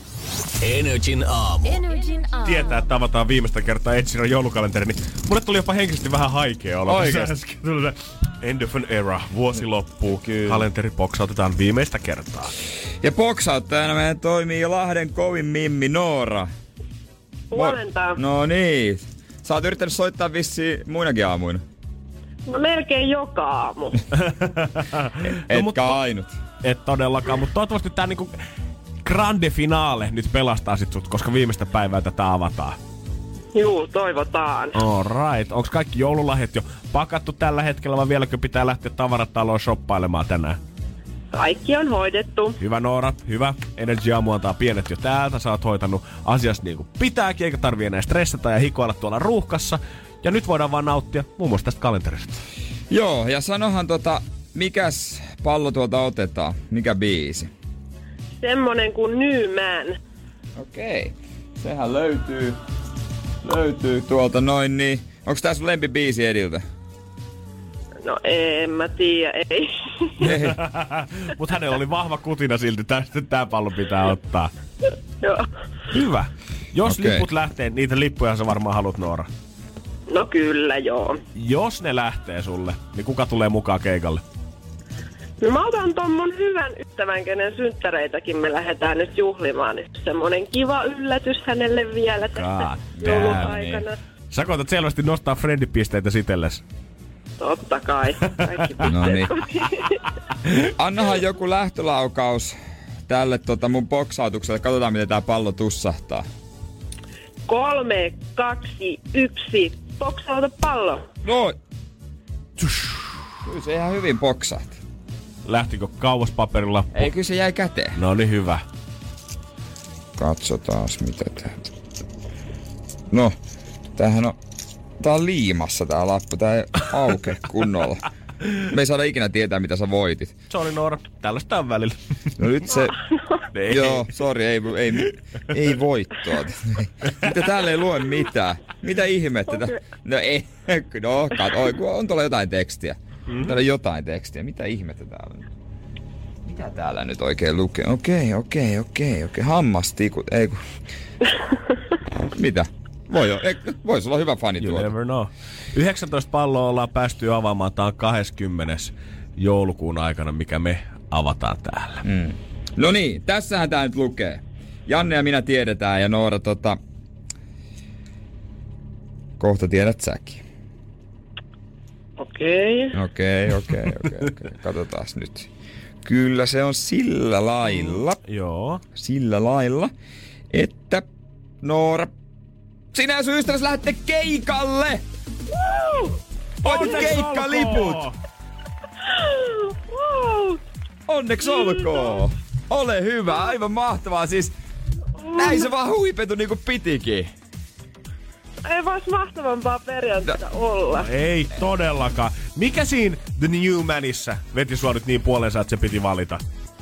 Energin aamu.
Energin aamu.
Tietää, että avataan viimeistä kertaa Ed Sheeran joulukalenteri, niin mulle tuli jopa henkisesti vähän haikea olla.
Oikeesti?
End of an era, vuosi loppuu, kalenteri boksautetaan viimeistä kertaa.
Ja boksauttajana meidän toimii Lahden kovin mimmi Noora.
Huomenta.
No niin. Sä oot yrittänyt soittaa vissiin muinakin aamuina.
No melkein joka aamu.
Etkä no, mutta... ainut.
et todellakaan, mutta toivottavasti tää niinku grande finale nyt pelastaa sit sut, koska viimeistä päivää tätä avataan.
Juu, toivotaan.
All right. Onks kaikki joululahjat jo pakattu tällä hetkellä, vai vieläkö pitää lähteä tavarataloon shoppailemaan tänään?
Kaikki on hoidettu.
Hyvä Noora, hyvä. Energy Aamu antaa pienet jo täältä. Sä oot hoitanut asiasta niin kuin pitääkin, eikä tarvii enää stressata ja hikoilla tuolla ruuhkassa. Ja nyt voidaan vaan nauttia muun muassa tästä kalenterista.
Joo, ja sanohan tota, mikäs pallo tuolta otetaan? Mikä biisi?
Semmonen kuin New Man.
Okei, sehän löytyy, löytyy tuolta noin niin. Onks tää sun lempibiisi Ediltä?
No en mä tiedä, ei.
Ei.
Mut hänellä oli vahva kutina silti, tästä tää pallo pitää ottaa.
Joo.
Hyvä. Jos
Okei.
liput lähtee, niitä lippuja sä varmaan haluat, Noora.
No kyllä, joo.
Jos ne lähtee sulle, niin kuka tulee mukaan keikalle?
No mä otan ton mun hyvän ystävän, kenen synttäreitäkin me lähdetään nyt juhlimaan. Niin semmonen kiva yllätys hänelle vielä tässä joulun aikana.
Sä koetat selvästi nostaa friendipisteitä sitelles.
Totta kai. Kaikki
No niin.
pisteet.
Annahan joku lähtölaukaus tälle tota mun boksautukselle. Katsotaan, miten tää pallo tussahtaa.
Kolme, kaksi, yksi. Boksauta pallo.
No! Kyllä se ihan hyvin boksahti.
Lähtikö kauas paperilla?
Ei, kyllä se jäi käteen.
No niin, hyvä.
Katsotaas, mitä täältä. No, tämähän on... Tää on liimassa tää lappu. Tää ei auke kunnolla. Me ei saada ikinä tietää, mitä sä voitit.
Sori Noora, tällaista on välillä.
No nyt se...
Ei.
Joo, sori, ei, ei, ei voittoa. Mitä täällä ei lue mitään? Mitä ihmettä? Okay. No ei, no kat, on tuolla jotain tekstiä. Mm-hmm. Täällä on jotain tekstiä. Mitä ihmettä täällä on? Mitä täällä nyt oikein lukee? Okei, okei, okei, okei. Hammastikut, ei kun... Mitä? Voi jo, vois olla hyvä fani
You
tuota.
never know. yhdeksäntoista palloa ollaan päästy avaamaan. Tää on kahdeskymmenes joulukuun aikana, mikä me avataan täällä.
Mm. No niin, tässähän tää nyt lukee. Janne ja minä tiedetään ja Noora tota... Kohta tiedät säkin.
Okei. Okay.
Okei, okei, okei, okei. Katsotaas nyt. Kyllä se on sillä lailla.
Joo.
Sillä lailla, että Noora, sinä ja sun ystäväsi lähdette keikalle! Woo! Oot keikkaliput!
Wow.
Onneksi olkoon! Ole hyvä, aivan mahtavaa. Siis näin se vaan huipentu niinku pitikin.
Ei vois mahtavampaa perjantaita no. olla.
Ei todellakaan. Mikä siinä The New Manissa veti sua nyt niin puoleensa, että se piti valita?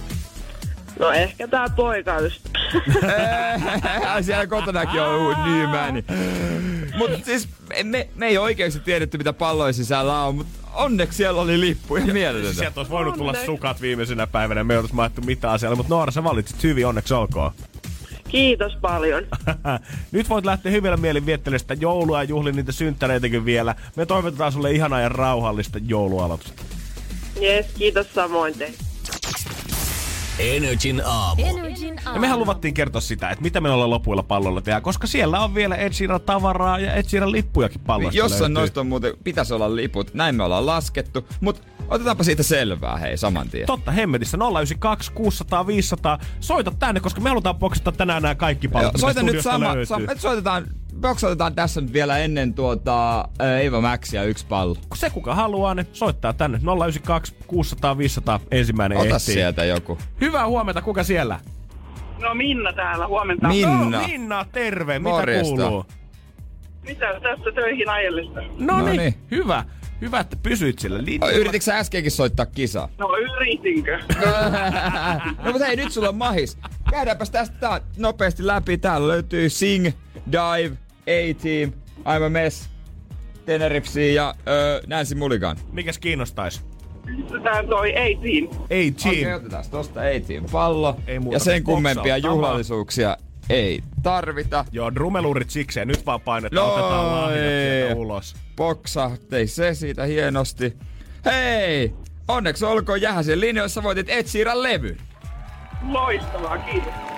No ehkä tää poikaystävä.
Siellä kotonakin on New Man. Mut siis me, me ei oikeesti tiedetty mitä palloja sisällä on, mutta onneksi siellä oli lippu ja mieletöntä.
Sieltä olisi voinut tulla
Onneksi.
sukat viimeisenä päivänä, me ei oltais maettu mitään asialla, mutta Noora, sä valitsit hyvin, onneksi olkoon.
Kiitos paljon.
Nyt voit lähteä hyvillä mielin viettelemään sitä joulua ja juhlia niitä synttäreitäkin vielä. Me toivotetaan sulle ihanaa ja rauhallista joulualoitusta.
Jes, kiitos samoin te.
Energin aamu.
Energin aamu.
Ja mehän luvattiin kertoa sitä, että mitä me ollaan lopuilla pallolla tehdä, koska siellä on vielä Ed Sheeran tavaraa ja Ed Sheeran lippujakin pallosta
Jossain
löytyy.
noista on muuten, pitäisi olla liput, näin me ollaan laskettu, mutta otetaanpa siitä selvää, hei, saman tien.
Totta, hemmetissä nolla yhdeksän kaksi kuusisataa viisisataa. Soita tänne, koska me halutaan boksata tänään nämä kaikki pallot,
Joo,
mitä
soita nyt
studiosta
sama,
löytyy.
sama, soitetaan, boksautetaan tässä nyt vielä ennen tuota Eeva Maxia yksi pallo.
Kun se kuka haluaa, ne soittaa tänne nolla yhdeksän kaksi kuusisataa viisisataa ensimmäinen
Ota
ehtii.
sieltä joku.
Hyvää huomenta, kuka siellä?
No Minna täällä, huomenta.
Minna.
No, Minna, terve, mitä
Morjesta.
kuuluu?
Mitä tässä töihin ajellista?
No niin,
Noniin.
hyvä. Hyvä, että pysyit sillä linjalla.
Yrititkö sä äskenkin soittaa kisaa?
No yritinkö?
No mutta hei, nyt sulla on mahis. Käydäänpäs tästä tää nopeasti läpi. Täällä löytyy Sing, Dive, A-Team, I'm a Mess, Tenerifsi ja öö, Nancy Mulligan.
Mikäs kiinnostais?
Tää toi A-Team.
A-Team.
Okei, okay, otetaan tosta A-Team pallo.
Ei muuta
Ja sen
kuin
kummempia
boksaa
juhlallisuuksia ei tarvita.
Joo, drumeluurit sikseen. Nyt vaan painetaan,
No,
otetaan lahjat
ei.
sieltä ulos.
Boksahti se siitä hienosti. Hei! Onneksi olkoon Jähäsen linjoissa voitit Ed Sheeran levyn.
Loistavaa, kiitos.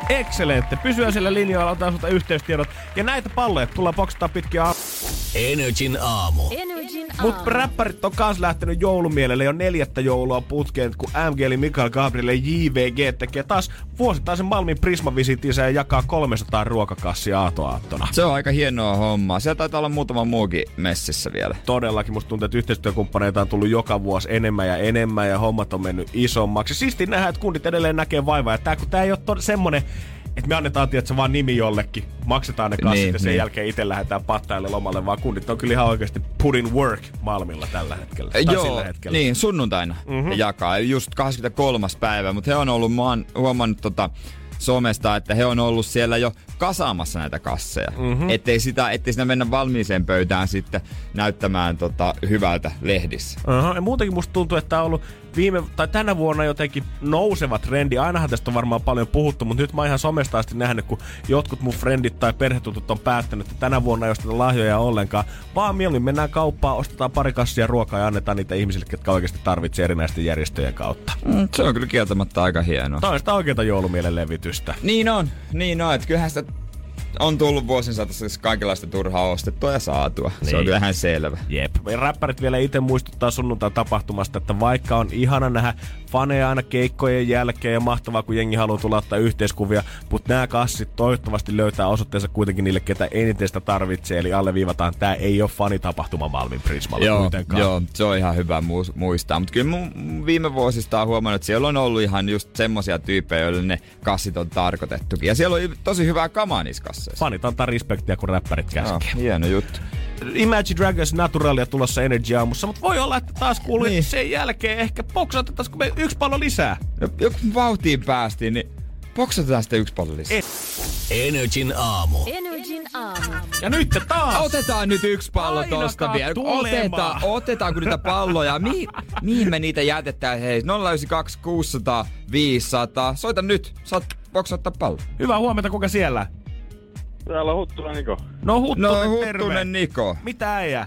Excelente. Pysyä sillä linjoilla, otetaan sulta yhteystiedot. Ja näitä palloja tullaan boksata pitkin aamu.
Energin aamu.
Energin
Mut
aamu.
räppärit on kans lähtenyt joulumielelle jo neljättä joulua putkeen, kun M G eli Mikael Gabriel ja J V G tekee taas vuosittaisen Malmin Prisma-visitinsä ja jakaa kolmesataa ruokakassia aatoaattona.
Se on aika hienoa hommaa. Siellä taitaa olla muutama muukin messissä vielä.
Todellakin musta tuntuu, että yhteistyökumppaneita on tullut joka vuosi enemmän ja enemmän ja hommat on mennyt isommaksi. Siisti nähdään, että kundit edelleen näkee vaivaa. Ja tää, kun tää ei ole to- semmonen, että me annetaan tietysti vaan nimi jollekin, maksetaan ne kassit niin, ja sen niin. jälkeen itse lähdetään pattaille lomalle, vaan kundit on kyllä ihan oikeasti put in work Malmilla tällä hetkellä. Tai
Joo,
sillä hetkellä.
niin sunnuntaina mm-hmm. jakaa, just kahdeskymmeneskolmas päivä, mutta he on ollut, mä oon huomannut tota somesta, että he on ollut siellä jo kasaamassa näitä kasseja. Mm-hmm. Ettei sitä, ettei sitä mennä valmiiseen pöytään sitten näyttämään tota hyvältä lehdissä.
Uh-huh. Ja muutenkin musta tuntuu, että on ollut viime, tai tänä vuonna jotenkin nouseva trendi. Ainahan tästä on varmaan paljon puhuttu, mutta nyt mä oon ihan somesta asti nähnyt, kun jotkut mun frendit tai perhetutut on päättänyt, että tänä vuonna ei osteta lahjoja ollenkaan, vaan mieluummin mennään kauppaan, ostetaan pari kassia ruokaa ja annetaan niitä ihmisille, jotka oikeasti tarvitsee erinäisten järjestöjen kautta.
Mm, se on kyllä kieltämättä aika hienoa.
Tämä on sitä oikeata joulumielen levitystä.
Niin on, niin on, että kyllähän sitä on tullut vuosin saatossa kaikenlaista turhaa ostettua ja saatua. Niin. Se on kyllä ihan selvä.
Jep. Ja räppärit vielä itse muistuttaa sunnuntai tapahtumasta, että vaikka on ihana nähdä faneja aina keikkojen jälkeen ja mahtavaa, kun jengi haluaa tulla ottaa yhteiskuvia, mutta nämä kassit toivottavasti löytää osoitteensa kuitenkin niille, ketä eniten sitä tarvitsee. Eli alleviivataan, tämä ei ole fanitapahtuma Malmin Prismalla
joo,
kuitenkaan.
Joo, se on ihan hyvä muistaa. Mutta kyllä mun viime vuosista on huomannut, että siellä on ollut ihan just semmosia tyyppejä, joille ne kassit on tarkoitettukin. Ja siellä on tosi hyvää kamaa niissä kasseissa.
Fanit antaa respektiä, kun räppärit käskee.
No, hieno juttu.
Imagine Dragons Naturalia tulossa Energy aamussa, mutta voi olla, että taas kuuluu, niin. sen jälkeen ehkä boksatettaisiko me yksi pallo lisää.
No, joku vauhtiin päästiin, niin boksatetaan sitten yksi pallo lisää.
Energin aamu.
Energin aamu.
Ja nyt taas!
Otetaan nyt yksi pallo
Ainakaan
tosta vielä.
tulemaan.
Otetaan, otetaanko niitä palloja? Mi- mihin me niitä jätetään? Hei, nolla yhdeksän kaksi kuusisataa viisisataa. Soita nyt, saat boksattaa pallo.
Hyvää huomenta, kuka siellä?
Täällä on Huttunen Niko.
No Huttunen,
no,
terve.
Huttunen Niko.
Mitä äijä?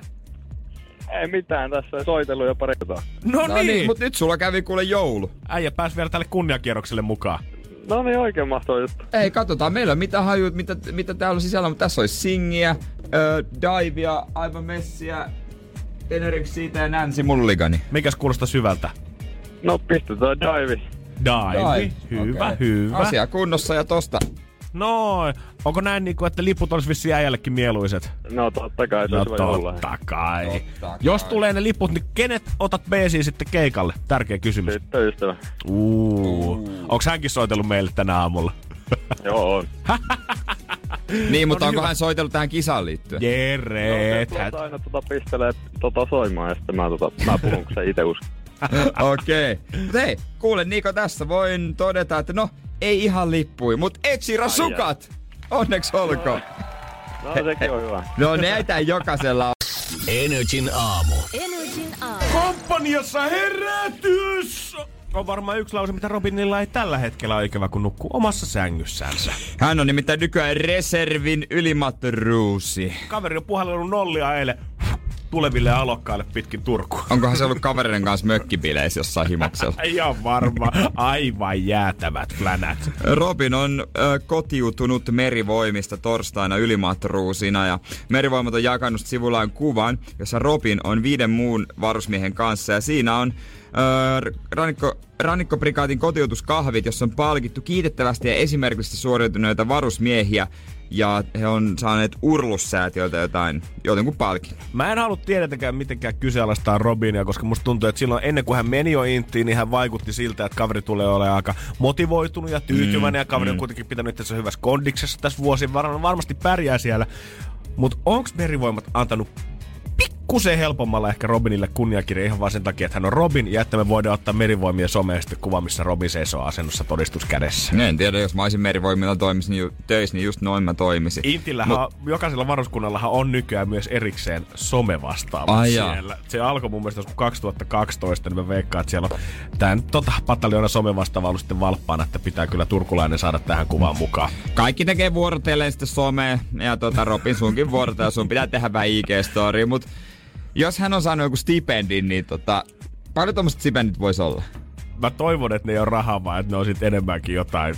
Ei mitään, tässä soitellut jo pari kertaa.
No,
No
niin.
niin, mut nyt sulla kävi kuule joulu.
Äijä pääsi vielä tälle kunniakierrokselle mukaan.
No niin, oikein mahtava juttu.
Ei, katsotaan, meillä on mitä hajut, mitä, mitä täällä on sisällä, mutta tässä olisi Singiä, öö, Divea, aivan Messiä, Enerix siitä ja Nancy Mulligani.
Mikäs kuulostaa syvältä?
No pistetään Dive.
Dive. Hyvä,
Okay.
hyvä.
Asia kunnossa ja tosta.
No, onko näin niinku, että liput olisi vissiin äijällekin mieluiset?
No totta kai, se
No
olisi hyvä jollain.
totta kai.
Totta
Jos
kai.
tulee ne liput, niin kenet otat beesiin sitten keikalle? Tärkeä kysymys.
Sitten ystävä.
Uuu. Onks hänkin soitellut meille tänä aamulla?
Joo, on.
Niin, mutta
No niin,
onko
hyvä.
hän soitellut tähän kisaan liittyen?
Jere,
No, se aina tota pistelee tota soimaan ja sitten mä, tota, mä puhun, kun se ite uskoo.
Okei. Okay. Mut hei, kuule Niko tässä voin todeta, että no, ei ihan lippui, mut Etsira sukat! Onneksi olkoon.
No sekin on hyvä.
No näitä jokaisella on.
Energin aamu.
Energin aamu.
Komppaniassa herätys! On varmaan yksi lause, mitä Robinilla ei tällä hetkellä ole ikävä, kun nukkuu omassa sängyssänsä.
Hän on nimittäin nykyään reservin ylimatruusi.
Kaveri on puhallellut nollia eilen tuleville alokkaille pitkin Turkuun.
Onkohan se ollut kavereiden kanssa mökkibileissä jossain himoksella?
Ihan varma. Aivan jäätävät flänät.
Robin on ö, kotiutunut merivoimista torstaina ylimatruusina ja merivoimat on jakanut sivullaan kuvan, jossa Robin on viiden muun varusmiehen kanssa ja siinä on ö, rannikko, rannikkoprikaatin kotiutuskahvit, jossa on palkittu kiitettävästi ja esimerkiksi suoriutuneita varusmiehiä ja he on saaneet Urlussäätiöltä jotain, jotenkin palkin.
Mä en halua tiedetäkään mitenkään kyseenalaistaa Robinia, koska musta tuntuu, että silloin ennen kuin hän meni jo intiin, niin hän vaikutti siltä, että kaveri tulee olemaan aika motivoitunut ja tyytyväinen. Mm, ja kaveri mm. on kuitenkin pitänyt itse asiassa hyvässä kondiksessa tässä vuosin. Var- varmasti pärjää siellä. Mutta onko merivoimat antanut pikkusen helpommalla ehkä Robinille kunniakirja ihan vaan sen takia, että hän on Robin ja että me voidaan ottaa merivoimien someen sitten kuva, missä Robin seisoo asennossa todistus kädessä.
En tiedä, jos mä olisin merivoimilla toimisin niin ju- töissä, niin just noin mä toimisin.
Intillähän, Mut... jokaisella varuskunnallahan on nykyään myös erikseen somevastaavat
Ai
siellä. Jaa. Se alkoi mun mielestä kaksituhattakaksitoista, niin mä veikkaan, että siellä on tämän tota, pataljoona somevastaava ollut sitten valppaana, että pitää kyllä turkulainen saada tähän kuvaan mukaan.
Kaikki tekee vuorotellen sitten somea ja tota, Robin sunkin vuorotella, sun pitää tehdä vähän I G-storia, mut jos hän on saanut joku stipendin, niin tota, paljon tommoset stipendit vois olla?
Mä toivon, että ne ei ole rahaa, vaan että ne on sitten enemmänkin jotain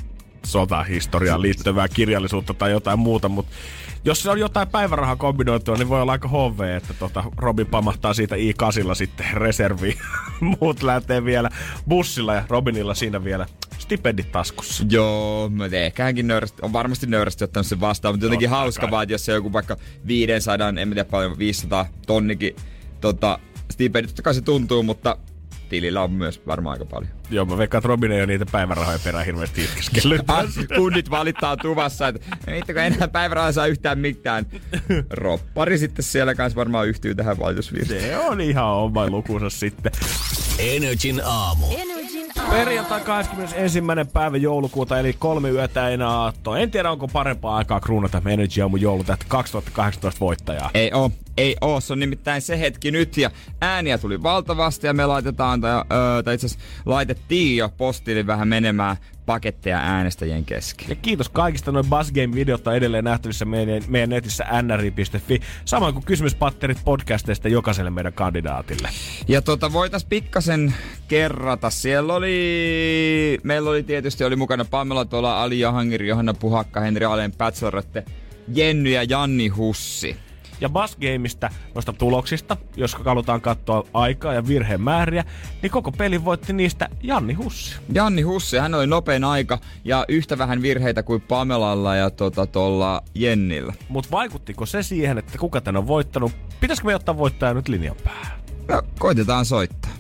sotahistoriaan liittyvää kirjallisuutta tai jotain muuta, mutta jos se on jotain päivärahaa kombinoitua, niin voi olla aika H V, että tota, Robin pamahtaa siitä i kahdeksan sitten reserviin. Muut lähtee vielä bussilla ja Robinilla siinä vielä stipendit taskussa.
Joo, mutta ehkä hänkin nöyrästi, on varmasti nöyrästi ottanut sen vastaan, mutta jotenkin Totta hauska kai. Vaan, että jos se joku vaikka viisisataa, en tiedä paljon, viisisataa tonnikin tota, stipendit, totta kai se tuntuu, mutta tilillä on myös varmaan aika paljon.
Joo, mä veikkaan, että Robin ei ole niitä päivärahoja perään hirveästi itkeskellyt.
Kunnit valittaa tuvassa, että mittäkö enää päivärahoja saa yhtään mitään. Roppari sitten siellä kanssa varmaan yhtyy tähän valitusviestiin.
Se on ihan oma lukunsa sitten.
Energin aamu.
Perjantai kahdeskymmenesensimmäinen päivä joulukuuta, eli kolme yötä enää aattoa. En tiedä, onko parempaa aikaa kruunata Energy Aamun joulutähti kaksituhattakahdeksantoista voittajaa.
Ei oo, ei oo. Se on nimittäin se hetki nyt ja ääniä tuli valtavasti ja me laitetaan, tai, öö, tai itse asiassa laitettiin jo postille vähän menemään paketteja äänestäjien kesken.
Ja kiitos kaikista, noin Buzz Game-videot on edelleen nähtävissä meidän, meidän netissä n r i piste f i. Samoin kuin kysymyspatterit podcasteista jokaiselle meidän kandidaatille.
Ja tota, voitais pikkasen kerrata. Siellä oli, meillä oli tietysti oli mukana Pamela Tola, Ali Jahangiri, Johanna Puhakka, Henri Aleen, Bachelorette, Jenny ja Janni Hussi.
Ja Buzz Gameista, noista tuloksista, jos halutaan katsoa aikaa ja virheen määriä, niin koko pelin voitti niistä Janni Hussi.
Janni Hussi, hän oli nopein aika ja yhtä vähän virheitä kuin Pamelalla ja tota, tuolla Jennillä.
Mut vaikuttiko se siihen, että kuka tän on voittanut? Pitäisikö me ottaa voittaja nyt linjan päähän?
No, koitetaan soittaa.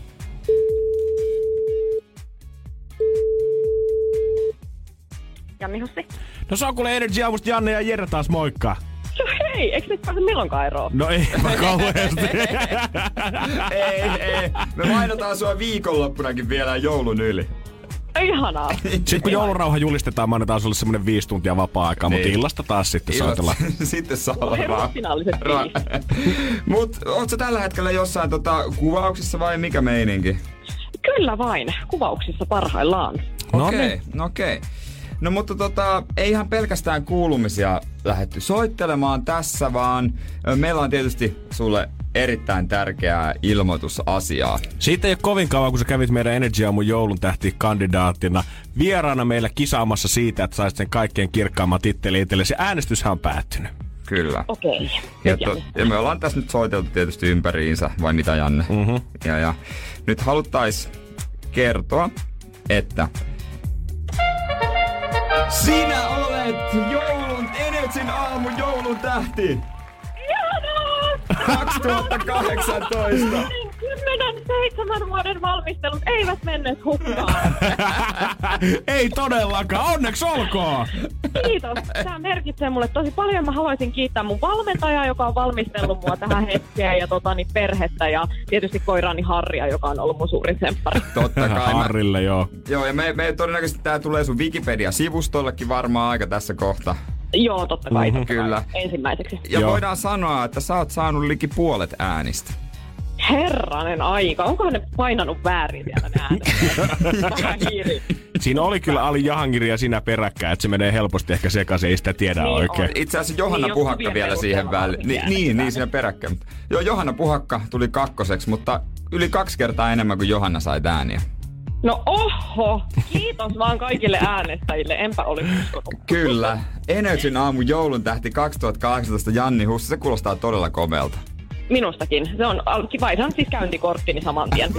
Janni Hussi.
No se on kuule Energy Aamusta Janne ja Jere taas, moikka!
No hei, eikö nyt pääse milloinkaan eroon?
No ei mä kauheasti.
ei, ei. Me mainotaan sua viikonloppunakin vielä joulun yli.
Ihanaa.
Sitten kun joulurauha julistetaan, mä annetaan sulle semmonen viisi tuntia vapaa-aikaa, niin. Mutta illasta taas sitten
Illasta.
soitellaan.
Sitten saa olla vaan.
Ra-
Mut ootko tällä hetkellä jossain tota, kuvauksissa vai mikä meininki?
Kyllä vain, kuvauksissa parhaillaan.
Okei, okay, no okei. Okay. No mutta tota, ei ihan pelkästään kuulumisia lähdetty soittelemaan tässä, vaan meillä on tietysti sulle erittäin tärkeää ilmoitusasiaa.
Siitä ei ole kovin kauan, kun sä kävit meidän Energy Aamun joulun tähti kandidaattina vieraana meillä kisaamassa siitä, että saisit sen kaikkein kirkkaamman tittelin itsellesi. Äänestyshän on päättynyt.
Kyllä.
Okei. Okay.
Ja, to, ja me ollaan tässä nyt soiteltu tietysti ympäriinsä, vai mitä Janne?
Mm-hmm.
Ja, ja nyt haluttais kertoa, että sinä olet joulun, Energin aamun joulun tähti!
Ihanaa!
kaksituhattakahdeksantoista!
Kymmenen seitsemän vuoden valmistelut eivät menneet hukkaan.
Ei todellakaan, onneksi olkoon!
Kiitos, tämä merkitsee mulle tosi paljon. Mä haluaisin kiittää mun valmentajaa, joka on valmistellut mua tähän hetkeen, ja totani perhettä, ja tietysti koiraani Harria, joka on ollut mun suurin semppari.
Totta kai.
Harrille, joo.
Joo, ja me, me todennäköisesti tää tulee sun Wikipedia-sivustollekin varmaan aika tässä kohta.
Joo, totta kai.
Mm-hmm.
Totta
Kyllä.
Kai. Ensimmäiseksi.
Ja
Joo.
voidaan sanoa, että sä oot saanut liki puolet äänistä.
Herranen aika. Onkohan ne painanut väärin vielä ne äänet? Vähän hiiri.
Siinä oli kyllä Ali Jahangiri ja sinä peräkkäin, että se menee helposti ehkä sekaisin, ei sitä tiedä
Niin
oikein.
on.
Itse asiassa Johanna
Niin,
Puhakka
jos
vielä siihen väliin. Ni, niin, niin siinä peräkkäin. Joo, Johanna Puhakka tuli kakkoseksi, mutta yli kaksi kertaa enemmän kuin Johanna sai ääniä.
No oho, kiitos vaan kaikille äänestäjille, enpä olisi uskonut.
Kyllä. Energin aamun joulun tähti kaksituhattakahdeksantoista Janni Hussi, se kuulostaa todella komealta.
Minustakin. Se on vaihdan siis käyntikorttini saman tien.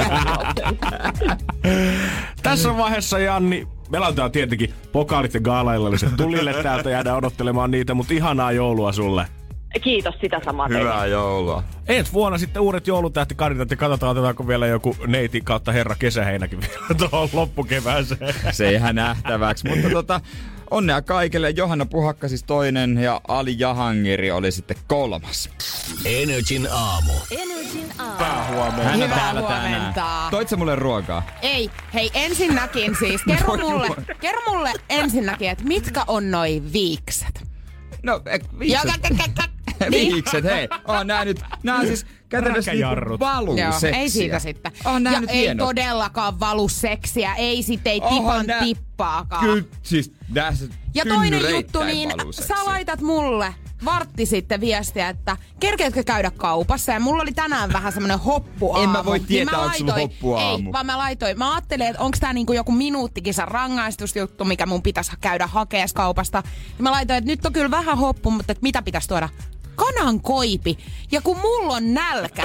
Tässä vaiheessa, Janni, me laitetaan tietenkin pokaalit ja gaalaillalliset tulille täältä, jäädään odottelemaan niitä, mutta ihanaa joulua sulle.
Kiitos sitä samaa teille.
Hyvää joulua.
Ensi vuonna sitten uudet joulutähtikandidaat ja katsotaan, otetaanko vielä joku neiti kautta herra kesäheinäkin vielä tuohon loppukevääseen.
Se ihan nähtäväksi, mutta tota, onnea kaikille. Johanna Puhakka siis toinen ja Ali Jahangiri oli sitten kolmas.
Energin aamu.
Energin aamu.
Päähuomenta.
Hän on
Hyvää
täällä tänään.
huomenta.
Toit sä mulle ruokaa?
Ei, hei ensinnäkin siis, kerro mulle, kerro mulle ensinnäkin, että mitkä on noi viikset?
No, eh, viikset. Viikset, hei. On nää nyt, nää on siis käytännössä niinku valuu
Joo,
seksiä.
ei siitä sitten.
On nää
ja
nyt
ei
hienot.
todellakaan valu seksiä, ei sit ei
Oho,
tipan
nää-
tippaakaan.
Kyllä, siis nää se
Ja toinen
tynnyreittäin
juttu, niin
valuu
sä
seksiä.
laitat mulle vartti sitten viestiä, että kerkeätkö käydä kaupassa? Ja mulla oli tänään vähän semmonen hoppuaamu.
En mä voi tietää,
niin
onko sulla hoppuaamu.
Ei, vaan mä laitoin. Mä ajattelin, että onko tää niinku joku minuuttikisan rangaistusjuttu, mikä mun pitäisi käydä hakees kaupasta. Ja mä laitoin, että nyt on kyllä vähän hoppu, mutta että mitä pitäisi tuoda? Kanankoipi. Ja kun mulla on nälkä.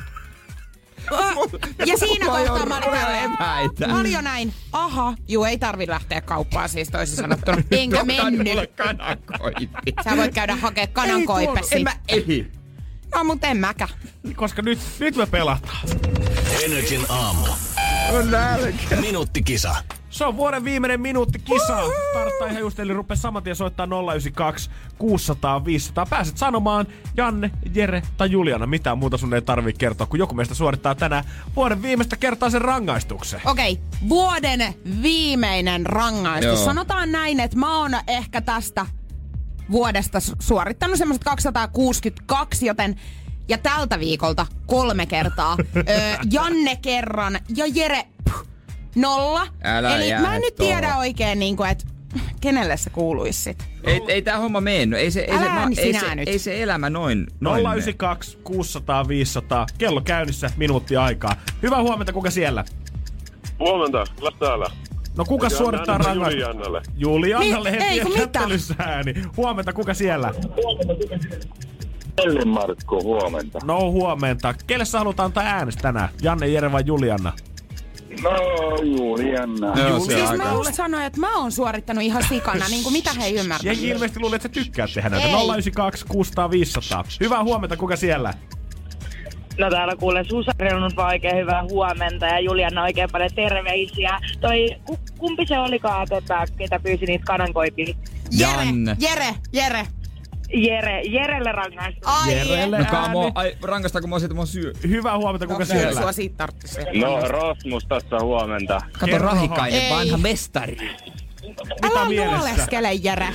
Ja siinä kohtaa mä olin, mä olin jo näin, aha, juu ei tarvi lähteä kauppaan siis toisin sanottuna. Enkä mennyt. Sä voit käydä hakea kanankoipesi.
En mä ei.
No mut en mäkä.
Koska nyt, nyt me pelataan.
Energin aamu.
On nälkä.
Minuuttikisa.
Se on vuoden viimeinen minuutti kisaa. Starttaa ihan just, eli rupes saman tien soittaa nolla yhdeksän kaksi kuusisataa viisisataa. Pääset sanomaan Janne, Jere tai Juliana. Mitään muuta sun ei tarvii kertoa, kun joku meistä suorittaa tänään vuoden viimeistä kertaa sen rangaistuksen.
Okei, okay. Vuoden viimeinen rangaistus. Joo. Sanotaan näin, että mä oon ehkä tästä vuodesta suorittanut semmoset kaksisataakuusikymmentäkaksi, joten ja tältä viikolta kolme kertaa. öö, Janne kerran ja Jere puh, nolla.
Älä
Eli mä en nyt
tohon.
tiedä oikein, niin kuin, että kenelle se kuuluisi sit.
Ei, ei tää homma mennyt. Ei se, ei, se, ma, ei, se, ei se elämä noin, noin
nolla yhdeksän kaksi kuusisataa viisisataa. Kello käynnissä, minuutti aikaa. Hyvää huomenta, kuka siellä?
Huomenta, kyllä täällä.
No kuka
Eikä
suorittaa rangaistuksen?
Juliannalle.
Juliannalle
Mi-
heti
ei, kun
kättelyssä ääni. Huomenta, kuka siellä?
Ellen Markku, huomenta.
No huomenta. Kelle sä halutaan antaa äänestä tänään? Janne, Jere vai Julianna?
No, Julianna.
No,
Siis mä just sanoin, että mä oon suorittanut ihan sikana, niin kuin mitä he ei ymmärtänyt.
Jengi ilmeisesti luulee, että sä tykkäät tehdä näitä.
Ei.
nolla yhdeksän kaksi kuusisataa viisisataa. Hyvää huomenta, kuka siellä?
No täällä kuulee Susari on vaan oikein hyvää huomenta ja Julianna oikein paljon terveisiä. Toi, ku, kumpi se olikaan, tota, ketä pyysi niitä kanankoipia?
Jere,
Janne.
Jere, Jere.
Jere, Jerelle rangaistus.
Ai,
Jerelle
No
ääni.
kamo, ai, rangaistaako mua siitä, että mä syö?
Hyvää huomenta, kuka
no,
siellä?
sua siitä tarttisi.
No, Rasmus tässä huomenta.
Kato
Kerro.
Rahikainen,
Ei.
vanha mestari.
Mitä
Älä
mielessä?
nuoleskele, Jere.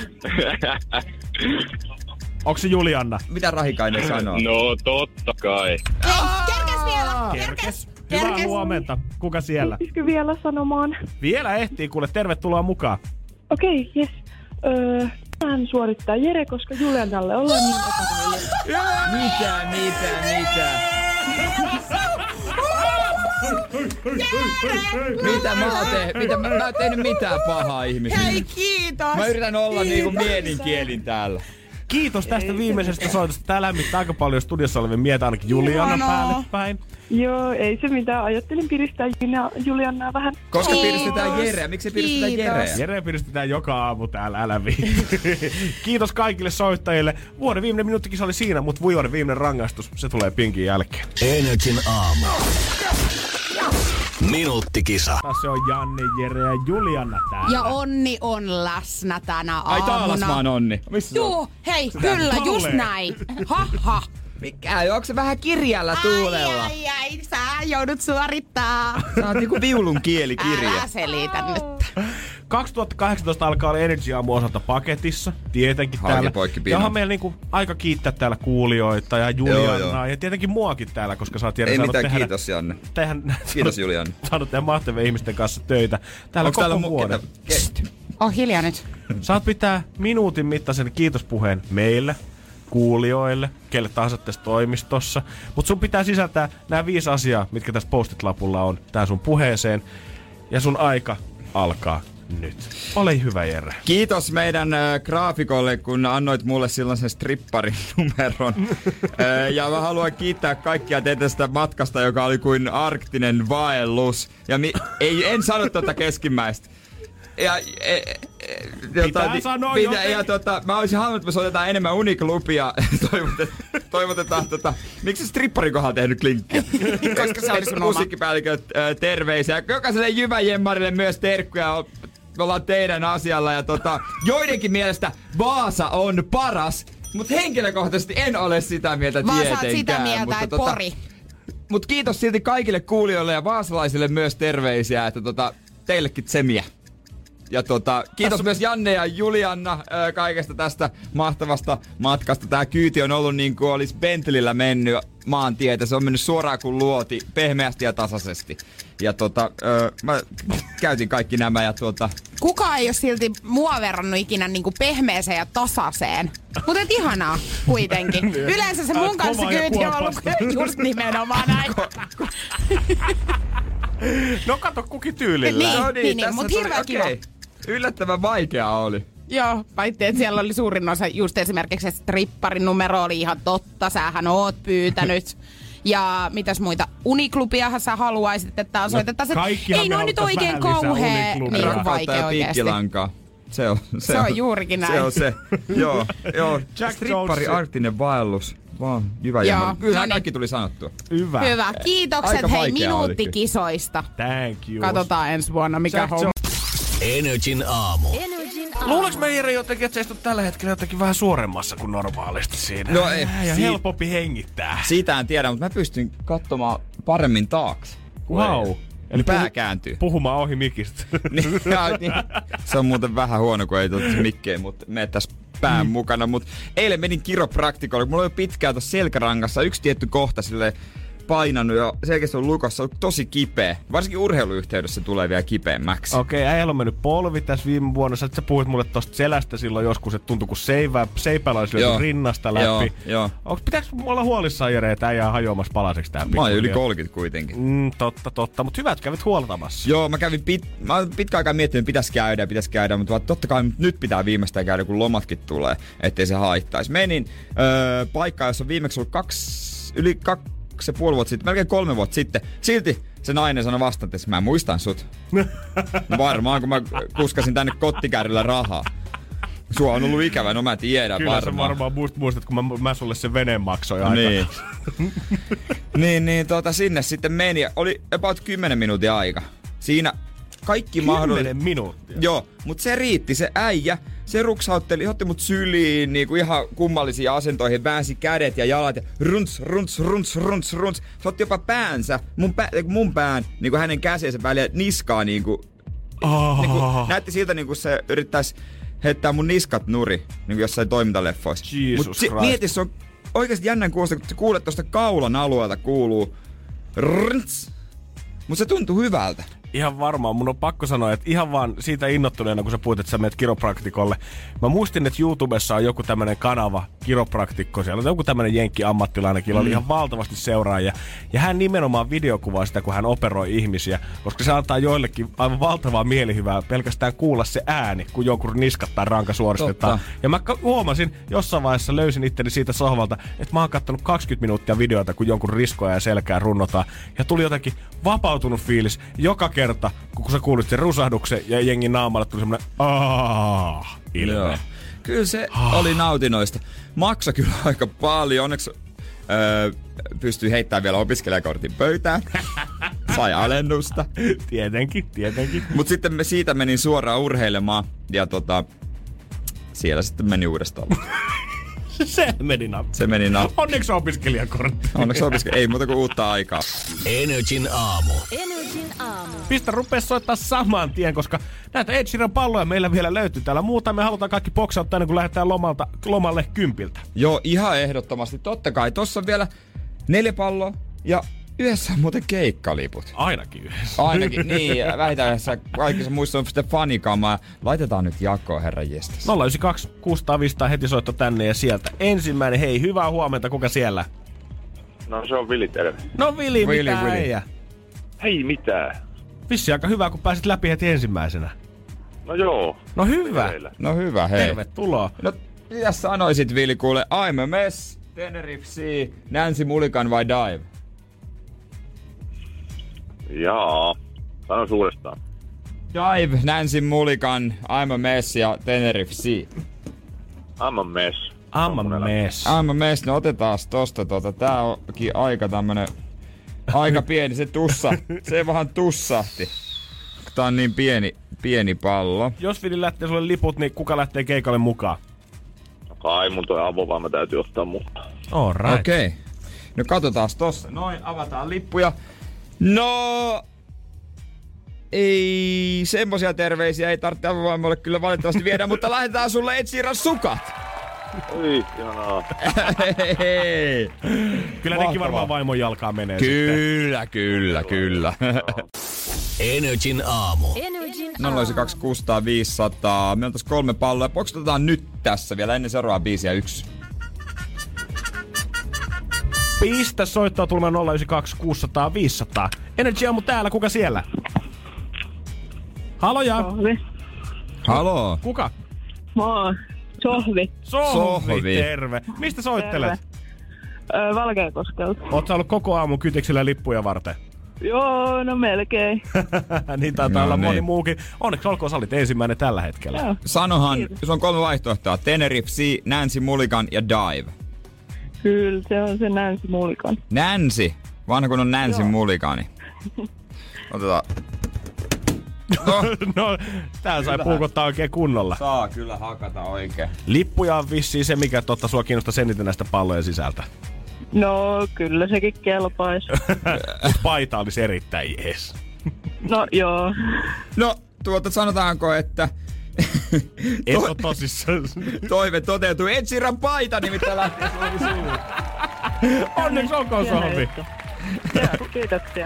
Onko se Julianna?
Mitä Rahikainen sanoo?
No, totta kai.
Ei, kerkes vielä.
Kerkes. Hyvää
Kerkes.
huomenta. Kuka siellä?
Pitäisikö vielä sanomaan?
Vielä ehtii, kuule. Tervetuloa mukaan.
Okei, okay, jes. Öö, hän suorittaa Jere, koska Julianalle ollaan niin epäreilua.
Mitä, mitä, mitä? Mitä mä oon tehnyt? Mitä, mä, mä en tehnyt mitään pahaa ihmisille.
Hei, kiitos.
Mä yritän olla niinku
Kiitos.
mielinkielin täällä.
Kiitos tästä viimeisestä soitosta. Tää lämmittää aika paljon studiossa olevia mietä, ainakin Juliana
Ihanaa.
päälle päin.
Joo, ei se mitään. Ajattelin piristää Julia- Juliannaa vähän.
Koska
Kiitos.
piristetään Jereä? Miksi piristetään
Kiitos.
Jereä?
Jere piristetään joka aamu täällä, älä viitti. Kiitos kaikille soittajille. Vuoden viimeinen minuuttikisa oli siinä, mutta vuoden viimeinen rangaistus, se tulee pinkin jälkeen.
Energin aamu. Minuuttikisa.
Tässä on Janne, Jere ja Juliana täällä.
Ja Onni on läsnä tänä
Ai
aamuna.
Taalasmaan Onni. Missä se on?
Juu, hei, kyllä, just
Tolleen.
näin. Ha, ha.
Mikä? Onko se vähän kirjalla tuulella?
Ai, ai, ai, sä joudut suorittaa.
Sä oot niinku viulun kielikirja.
Älä selitä nyt.
kaksituhattakahdeksantoista alkaa olla Energy Aamu osalta paketissa. Tietenkin
Halki
täällä.
poikki
Ja
pino.
onhan meillä niinku aika kiittää täällä kuulijoita ja Juliannaa
Joo, joo.
ja tietenkin muakin täällä, koska sä oot Jere
Ei
saanut
mitään,
tehdä,
kiitos Janne.
tehdä,
Kiitos Julianne.
saanut tehdä mahtavien ihmisten kanssa töitä. Täällä
Onks
koko
täällä mu-
vuoden.
ketä- ke-
Oh, hiljaa nyt.
Saat pitää minuutin mittaisen kiitospuheen meille, kuulijoille, kelle tahansa tässä toimistossa. Mutta sun pitää sisältää nämä viisi asiaa, mitkä tässä postit-lapulla on, tää sun puheeseen. Ja sun aika alkaa nyt. Ole hyvä, Jere.
Kiitos meidän äh, graafikolle, kun annoit mulle silloin sen stripparin numeron. äh, ja mä haluan kiittää kaikkia teitä tästä matkasta, joka oli kuin arktinen vaellus. Ja mi- ei, en sano tuota keskimmäistä. Ja, e, e,
Pitää
jota,
sanoa
pitää,
jotenkin.
ja tota, mä olisin halunnut, että me soitetaan enemmän Uniklubia. Toivotetaan, toivotetaan tota, miksi stripparin kohdalla tehnyt klinkkiä?
Koska se oli sun oma.
Musiikkipäällikö äh, terveisiä. Jokaiselle jyväjemmarille myös terkkuja. Me ollaan teidän asialla ja tota, joidenkin mielestä Vaasa on paras, mutta henkilökohtaisesti en ole sitä mieltä
Vaan sä
tietenkään.
oot sitä mieltä,
mutta
että
tota,
Pori.
Mut kiitos silti kaikille kuulijoille ja vaasalaisille myös terveisiä, että tota, teillekin tsemiä. Ja tota, kiitos myös Janne ja Julianna ää, kaikesta tästä mahtavasta matkasta. Tää kyyti on ollut niin kuin olisi Bentleyllä mennyt maantietä. Se on mennyt suoraan kuin luoti, pehmeästi ja tasaisesti. Ja tota, öö, mä käytin kaikki nämä ja tuota...
Kukaan ei ole silti mua verrannut ikinä niinku pehmeeseen ja tasaiseen. Mutta et ihanaa kuitenkin. Yleensä se mun kanssa kyyti on ollut just nimenomaan näin.
No kato kukin tyylillä.
Niin,
no
niin, niin mutta hirveän kiva.
Okay. Yllättävän vaikeaa oli.
Joo, paitsi että siellä oli suurin osa just esimerkiksi se stripparin numero oli ihan totta. Sähän oot pyytänyt. Ja mitäs muita? Uniklubiahan sä haluaisit, että osoitettaisiin. No, ei no nyt oikein kauhea niin vaikea oikeesti.
Se on, se,
se
on,
on juurikin näin.
Se on se. Joo, joo. Strippari arktinen vaellus. Vaan hyvä jämä. Kyllähän no kaikki tuli sanottua.
Hyvä.
Hyvä. Kiitokset
Aika
hei minuuttikisoista.
Thank you.
Katsotaan ensi vuonna mikä
Jack
homma.
Energin aamu.
Luuleeko me Jere jotenkin, että sä istut tällä hetkellä jotenkin vähän suoremmassa kuin normaalisti siinä?
No ei.
Ja
Si-
helpompi hengittää.
Siitä en tiedä, mutta mä pystyn katsomaan paremmin taakse.
Wow.
Eli pää
puhu-
kääntyy.
Puhumaan ohi mikistä.
niin, ja, niin. Se on muuten vähän huono, kun ei tuota mikkeen, mutta me tässä pään mm. mukana. Mut eilen menin kiropraktikolle, kun mulla oli pitkään tuossa selkärangassa yksi tietty kohta silleen painanut ja selkeästi on lukossa, on tosi kipeä. Varsinkin urheiluyhteydessä se tulee vielä kipeämmäksi.
Okei, okay, äijällä on mennyt polvi tässä viime vuonna. Sä, sä puhuit mulle tosta selästä silloin joskus, että tuntui kun seivä, seipäällä olisi löyty rinnasta läpi.
Joo, joo.
Onko, pitääkö olla huolissaan Jere, että äijää hajoamassa palaseksi tää?
Mä oon yli kolmekymmentä kuitenkin.
Mm, totta, totta. Mutta hyvä, että kävit huoltamassa.
Joo, mä kävin pit, mä oon pitkään aikaa miettinyt, että pitäisi käydä, pitäisi käydä, mutta totta kai nyt pitää viimeistään käydä, kun lomatkin tulee, ettei se haittaisi. Menin öö, paikkaan, jossa on viimeksi ollut kaksi, yli kaksi se puoli vuotta sitten, melkein kolme vuotta sitten. Silti se nainen sanoi vastaan, että mä muistan sut. No varmaan, kun mä kuskasin tänne kottikärryllä rahaa. Sua on ollut ikävä, no mä tiedän
Kyllä
varmaan.
Kyllä sä varmaan muist, muistat, kun mä, mä sulle sen veneen maksoin aika.
Niin. niin, niin tota, sinne sitten meni. Oli about kymmenen minuutin aika. Siinä kaikki mahdollinen.
Kymmenen minuuttia?
Joo, mutta se riitti. Se äijä, se ruksautteli, otti mut syliin niinku ihan kummallisiin asentoihin, väänsi kädet ja jalat ja runts, runts, runts, runts, runts. Se otti jopa päänsä, mun, pä, mun pään, niinku hänen käsiensä väliä niskaa niinku,
oh.
niinku näytti siltä niinku se yrittäisi heittää mun niskat nuri, niinku jossain toimintaleffoissa.
Jesus
si- mieti, se on oikeesti jännän kuulosta, kun sä kuulet tosta kaulan alueelta kuuluu runts. Mut se tuntuu hyvältä.
Ihan varmaan. Mun on pakko sanoa, että ihan vaan siitä innottuneena, kun sä puhuit, että sä menet kiropraktikolle. Mä muistin, että YouTubessa on joku tämmönen kanava, kiropraktikko. Siellä on joku tämmönen jenkki-ammattilainen, jolla mm. oli ihan valtavasti seuraajia. Ja hän nimenomaan videokuvaa sitä, kun hän operoi ihmisiä. Koska se antaa joillekin aivan valtavaa mielihyvää pelkästään kuulla se ääni, kun jonkun niskat tai ranka suoristetaan. Totta. Ja mä huomasin, jossain vaiheessa löysin itteni siitä sohvalta, että mä oon kattonut kaksikymmentä minuuttia videota, kun jonkun riskoja ja selkää runnotaan. Ja tuli jotenkin vapautunut fiilis joka kerta, kun sä kuulit sen rusahduksen ja jengin naamalle tuli semmonen aah ilme. Joo.
Kyllä se ah. oli nautinoista. Maksa kyllä aika paljon. Onneksi öö, pystyi heittämään vielä opiskelijakortin pöytään. Sai alennusta.
Tietenkin, tietenkin.
Mut sitten me siitä menin suoraan urheilemaan ja tota, siellä sitten meni uudestaan.
Se meni nappi.
Se meni nappi.
Onneksi opiskelijakortti.
Onneksi opiskelija. Ei muuta kuin uutta aikaa.
Energin aamu.
Energin aamu.
Pistä rupea soittaa saman tien, koska näitä Ed Sheeran palloja meillä vielä löytyy täällä. Muuta me halutaan kaikki boksauttaa ennen kuin lähdetään lomalta, lomalle kympiltä.
Joo, ihan ehdottomasti. Totta kai. Tossa on vielä neljä palloa ja yhdessä on muuten keikkaliput.
Ainakin yhdessä.
Ainakin, niin. Vähintään yhdessä. Kaikissa muissa on sitten fanikamaa. Laitetaan nyt jakoon, herran jestas.
nolla yhdeksän kaksi kuusi nolla viisi heti soitto tänne ja sieltä. Ensimmäinen, hei, hyvää huomenta. Kuka siellä?
No se on Vili, terve.
No Vili,
Vili,
mitä
Vili.
äijä?
Hei, mitään.
Vissi aika hyvä, kun pääsit läpi heti ensimmäisenä.
No joo.
No hyvä.
Teillä.
No hyvä, hei.
Tervetuloa.
No, mitä sanoisit, Vili, kuule? I'm a mess, Tenerife Sea, Nancy Mulligan vai Dive?
Jaa. Sano uudestaan.
Dive, Nancy Mulligan, I'm a mess ja Tenerife Sea.
I'm a mess.
I'm a mess.
I'm a mess, no otetaan tosta tota. Tää onkin aika tämmönen, aika pieni, se tussa, se vähän tussahti. Tää on niin pieni, pieni pallo.
Jos Vili lähtee sulle liput, niin kuka lähtee keikalle mukaan?
No kai mun toi avovaima täytyy ottaa mukaan.
All right.
Okei. Okay. No katsotaan tossa. Noin, avataan lippuja. No... ei semmosia terveisiä ei tarvitse avovaimolle kyllä valitettavasti viedä, mutta lähdetään sulle Ed Sheeran sukat.
Oi, ihanaa.
Kyllä nekin varmaan vaimon jalkaan menee
Kyllä, sitten. kyllä, kyllä.
Energin aamu.
Energin
nolla yhdeksän kaksi kuusi nolla nolla viisi nolla nolla. Meillä on tässä kolme palloa. Poksutetaan nyt tässä vielä ennen seuraavaa biisiä yksi.
Pistä soittaa tulemaan nolla yhdeksän kaksi kuusi nolla nolla viisi nolla nolla. Energy aamu täällä, kuka siellä? Haloja.
Sohvi.
Haloo.
Kuka?
Moi. Sohvi.
Sohvi,
Sohvi.
terve. Mistä soittelet?
Öö, Valkeakoskelta.
Oot sä ollut koko aamun kytiksellä lippuja varten?
Joo, no melkein.
Niin taitaa
No
olla
niin.
moni muukin. Onneksi olkoon, sä olit ensimmäinen tällä hetkellä.
Joo.
Sanohan,
Kiitos.
jos on kolme vaihtoehtoa. Tenerife, Sea, Nancy Mulligan ja Dive.
Kyllä, se on se Nancy Mulligan.
Nancy. Vanha kun on Nancy
Joo.
Mulligani. Otetaan. No,
No, tää sai
Kyllähän.
puukottaa oikein kunnolla.
saa kyllä hakata oikein.
Lippuja on vissiin se, mikä totta sua kiinnostaa eniten näistä pallojen sisältä.
No, kyllä sekin kelpaisi.
Mut paita olisi erittäin jees.
No, joo.
No, tuota sanotaanko, että
Et oo tosissaan.
toive toteutuu. Ed Sheeran paita nimittäin lähtee sulle suuhun.
Onneksi olkoon, Sohvi.
Joo, kiitoksia.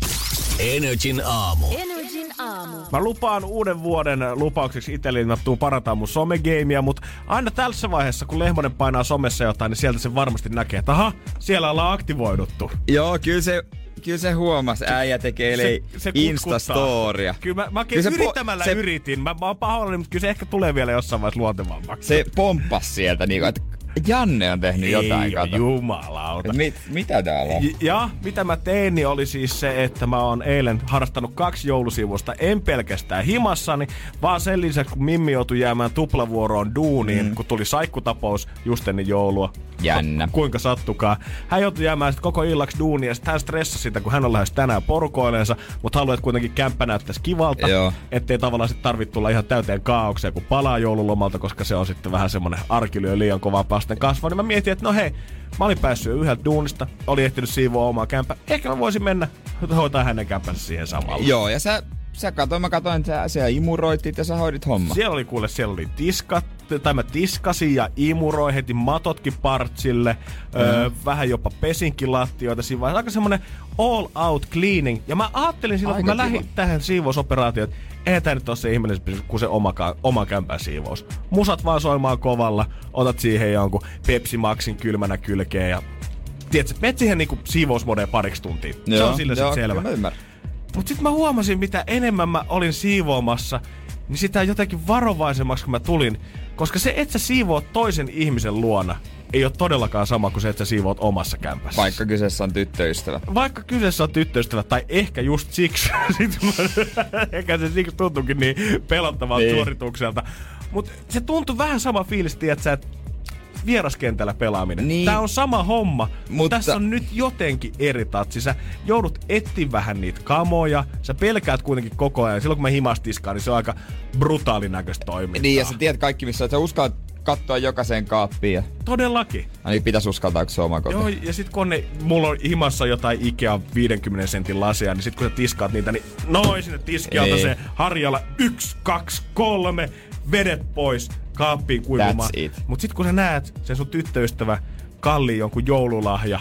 Energin aamu.
Energin aamu.
Mä lupaan uuden vuoden lupaukseksi itselleni, että mä tuun parantamaan mun somegameia, mutta aina tässä vaiheessa, kun Lehmonen painaa somessa jotain, niin sieltä se varmasti näkee, että aha, siellä ollaan aktivoiduttu.
Joo, kyllä se, kyllä se huomasi. Äijä tekee
Se- se kutkuttaa.
Insta-storia.
Kyllä mä, mä
Kyllä se po-
yrittämällä
se-
yritin. Mä, mä oon pahoillani, mutta kyllä se ehkä tulee vielä jossain vaiheessa luontevammaksi.
Se pomppas sieltä niinku, että Janne on tehnyt jotain,
Ei
kato.
jumalauta.
Mit, mitä täällä on?
Ja, ja mitä mä tein, niin oli siis se, että mä oon eilen harrastanut kaksi joulusivusta. En pelkästään himassani, vaan sen lisäksi, kun Mimmi joutui jäämään tuplavuoroon duuniin, mm. kun tuli saikkutapaus just ennen joulua.
Jännä.
Ku, kuinka sattukaan. Hän joutui jäämään sit koko illaksi duunia, ja sit hän stressasi sitä, kun hän on lähes tänään porukoileensa, mutta haluaa, että kuitenkin kämppä näyttäisi kivalta,
Joo.
ettei tavallaan sit tarvitse tulla ihan täyteen kaaukseen, kun palaa joululomalta, koska se on sitten vähän semmonen arkilyö liian kovaa pasten kasvaa. Niin mä mietin, että no hei, mä olin päässyt jo yhdeltä duunista, olin ehtinyt siivoa omaa kämppää. Ehkä mä voisin mennä hoitaa hänen kämppänsä siihen samalla.
Joo, ja sä, sä katsoin, mä katsoin, että sä, sä imuroitit ja sä hoidit homma.
Siellä oli kuule, siellä oli tiskat, tai mä tiskasin ja imuroin, heti matotkin partsille, mm. öö, vähän jopa pesinkin lattioita. Siinä vaiheessa aika semmonen all out cleaning. Ja mä ajattelin silloin,
Aika
kun mä
kiva.
lähdin tähän siivousoperaatioon, että eihän tää nyt ole se ihmeellisempi kuin se oma, oma kämpän siivous. Musat vaan soimaan kovalla, otat siihen jonkun Pepsi Maxin kylmänä kylkeen ja tiedätkö, menet siihen niinku siivousmodeen pariksi tuntia. Se on sille sit selvä.
Mä ymmärrän.
Mut sit mä huomasin, mitä enemmän mä olin siivoamassa, niin sitä jotenkin varovaisemmaksi, kun mä tulin. Koska se, että sä siivoot toisen ihmisen luona, ei ole todellakaan sama kuin se, että sä siivoot omassa kämpässä.
Vaikka kyseessä on tyttöystävä.
Vaikka kyseessä on tyttöystävä, tai ehkä just siksi, sit mä, ehkä se siksi tuntuukin niin pelottavalta
Niin.
suoritukselta. Mut se tuntui vähän sama fiilis, tiiätsä, että vieraskentällä pelaaminen.
Niin.
Tää on sama homma, mutta
Mutta-
tässä on nyt jotenkin eri tatsi. Sä joudut etsiä vähän niitä kamoja, sä pelkäät kuitenkin koko ajan. Silloin kun mä himastiskaan, niin se on aika brutaalin näköistä toimintaa.
Niin, ja sä tiedät kaikki, missä oot. Sä uskallat katsoa jokaiseen kaappiin. Ja...
Todellakin.
Ainakin pitäisi uskaltaa, kun se on oma koti.
Joo, ja sit kun on ne, mulla on himassa jotain Ikea viidenkymmenen sentin lasia, niin sit kun sä tiskaat niitä, niin noin sinne tiskialta
Ei.
se harjalla yksi, kaksi, kolme, vedet pois kaappiin kuivumaan.
That's it.
Mut sit kun sä näet sen sun tyttöystävä kalliin jonkun joululahja,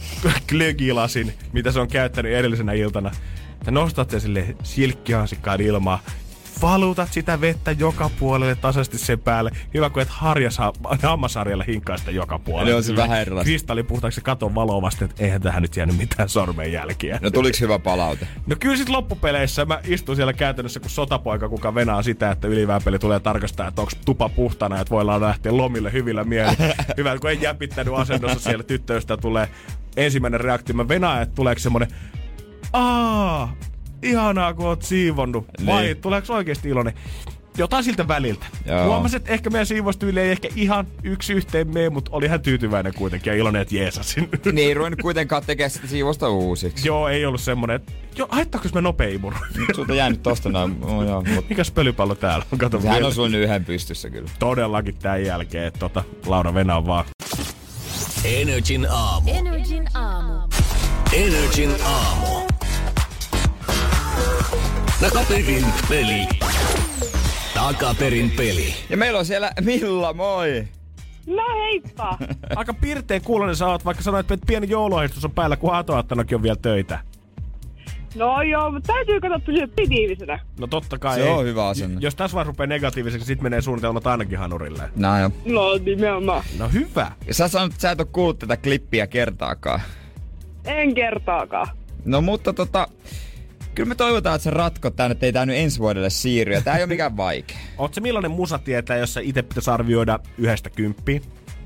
glögilasin, mitä se on käyttänyt edellisenä iltana, ja nostat sen silleen silkkihansikkaan ilmaa, valutat sitä vettä joka puolelle tasaisesti sen päälle. Hyvä, kun et harjassa, hammasharjalla hinkkaa sitä joka puolelle.
Ne on se vähän erilaista.
Kristalli puhtaaksi katon valoa vasta, että eihän tähän nyt jäänyt mitään sormenjälkiä.
No tuliks hyvä palaute?
No kyllä sit loppupeleissä mä istun siellä käytännössä kuin sotapoika, kuka venaa sitä, että ylivääpeli tulee tarkastaa, että onko tupa puhtana, että voidaan lähteä lomille hyvillä mielin. Hyvä, kun ei jäpittänyt asennossa siellä tyttöystä tulee ensimmäinen reaktio. Mä venaan, että tuleeko semmonen aa, ihanaa kun oot siivonnut. Vai
Niin.
tuleeko oikeesti iloinen? Jotain siltä väliltä.
Joo.
Huomasin, että ehkä meidän siivostyyli ei ehkä ihan yksi yhteen mene, mutta oli hän tyytyväinen kuitenkin ja iloinen, että jeesasin.
Niin ei ruvennut kuitenkaan tekemään sitä siivosta uusiksi.
Joo, ei ollut semmonen, että jo, haittaako mä nopea imuru?
Nyt sulta jäänyt tosta noin. Oh, joo, mut...
Mikäs pölypallo täällä on? Kato
Sehän
vielä.
on sun yhden pystyssä kyllä.
Todellakin tän jälkeen, että tota, Laura venaa vaan.
Energin aamu.
Energin aamu.
Energin aamu. Takaperin peli. Takaperin peli.
Ja meillä on siellä Milla, moi!
No heippa!
Aika pirteen kuulonen sä oot, vaikka sanoit, että pieni jouluahdistus on päällä, kun aatonaattanakin on vielä töitä.
No joo, mutta täytyy katsoa pysyä positiivisena.
No totta kai
Se
ei.
on hyvä asenne.
Jos tässä vaan rupeaa negatiiviseksi, sit menee suunnitelmat ainakin hanurilleen.
No joo.
No nimenomaan.
No hyvä.
Ja sä sanot, että sä et oo kuullut tätä klippiä kertaakaan.
En kertaakaan.
No mutta tota... Kyllä me toivotaan, että sä ratkot tän, ettei tää nyt ensi vuodelle siirry. Ja tää ei oo mikään vaikea.
Oot se millainen musa tietää, jos sä ite pitäis arvioida yhdestä kymppiä?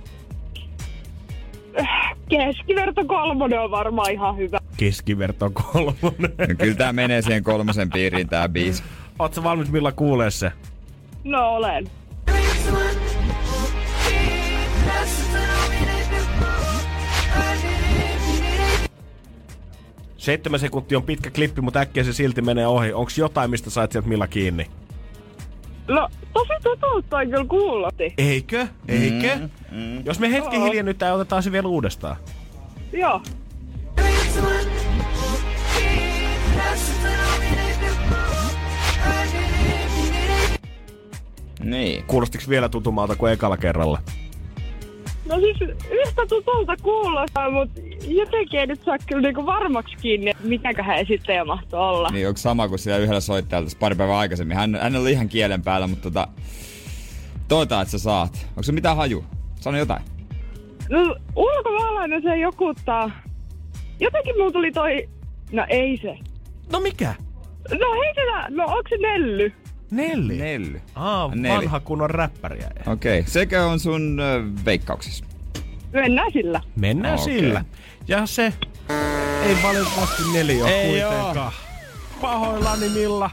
Keskiverto kolmonen on varmaan ihan hyvä.
Keskiverto kolmonen.
No kyllä tää menee siihen kolmosen piiriin tää biisi.
Oot sä valmis Milla kuulee se?
No olen.
Seitsemän sekuntia on pitkä klippi, mutta äkkiä se silti menee ohi. Onks jotain, mistä sait sieltä Milla kiinni?
No, tosi tutulta on kyllä kuulosti.
Eikö? Eikö?
Mm, mm.
Jos me hetki hiljennytään, otetaan se vielä uudestaan.
Joo.
Niin.
Kuulostiks vielä tutummalta kuin ekalla kerralla?
No siis yhtä tutulta kuulostaa, mutta jotenkin ei nyt saa kyllä niinku varmaksi kiinni, että mitäköhän esittäjä mahtoi olla.
Niin onko sama kuin siellä yhdellä soittajalla tässä pari päivää aikaisemmin. Hän, hän oli ihan kielen päällä, mutta tota... Toivotaan, että sä saat. Onko se mitään haju? Sano jotain.
No ulkomaalainen se jokuttaa. Jotenkin mulla tuli toi... No ei se.
No mikä?
No hei sitä, no onko se Nelly?
Nelly?
Nelly.
Aa,
Nelly.
vanha kunnon räppäriä.
Okei, okay. Sekö on sun ö, veikkauksessa?
Mennään sillä.
Mennään
Okay.
sillä. Ja se ei valitettavasti Nelly ole
Ei
kuitenkaan. Pahoillani Milla.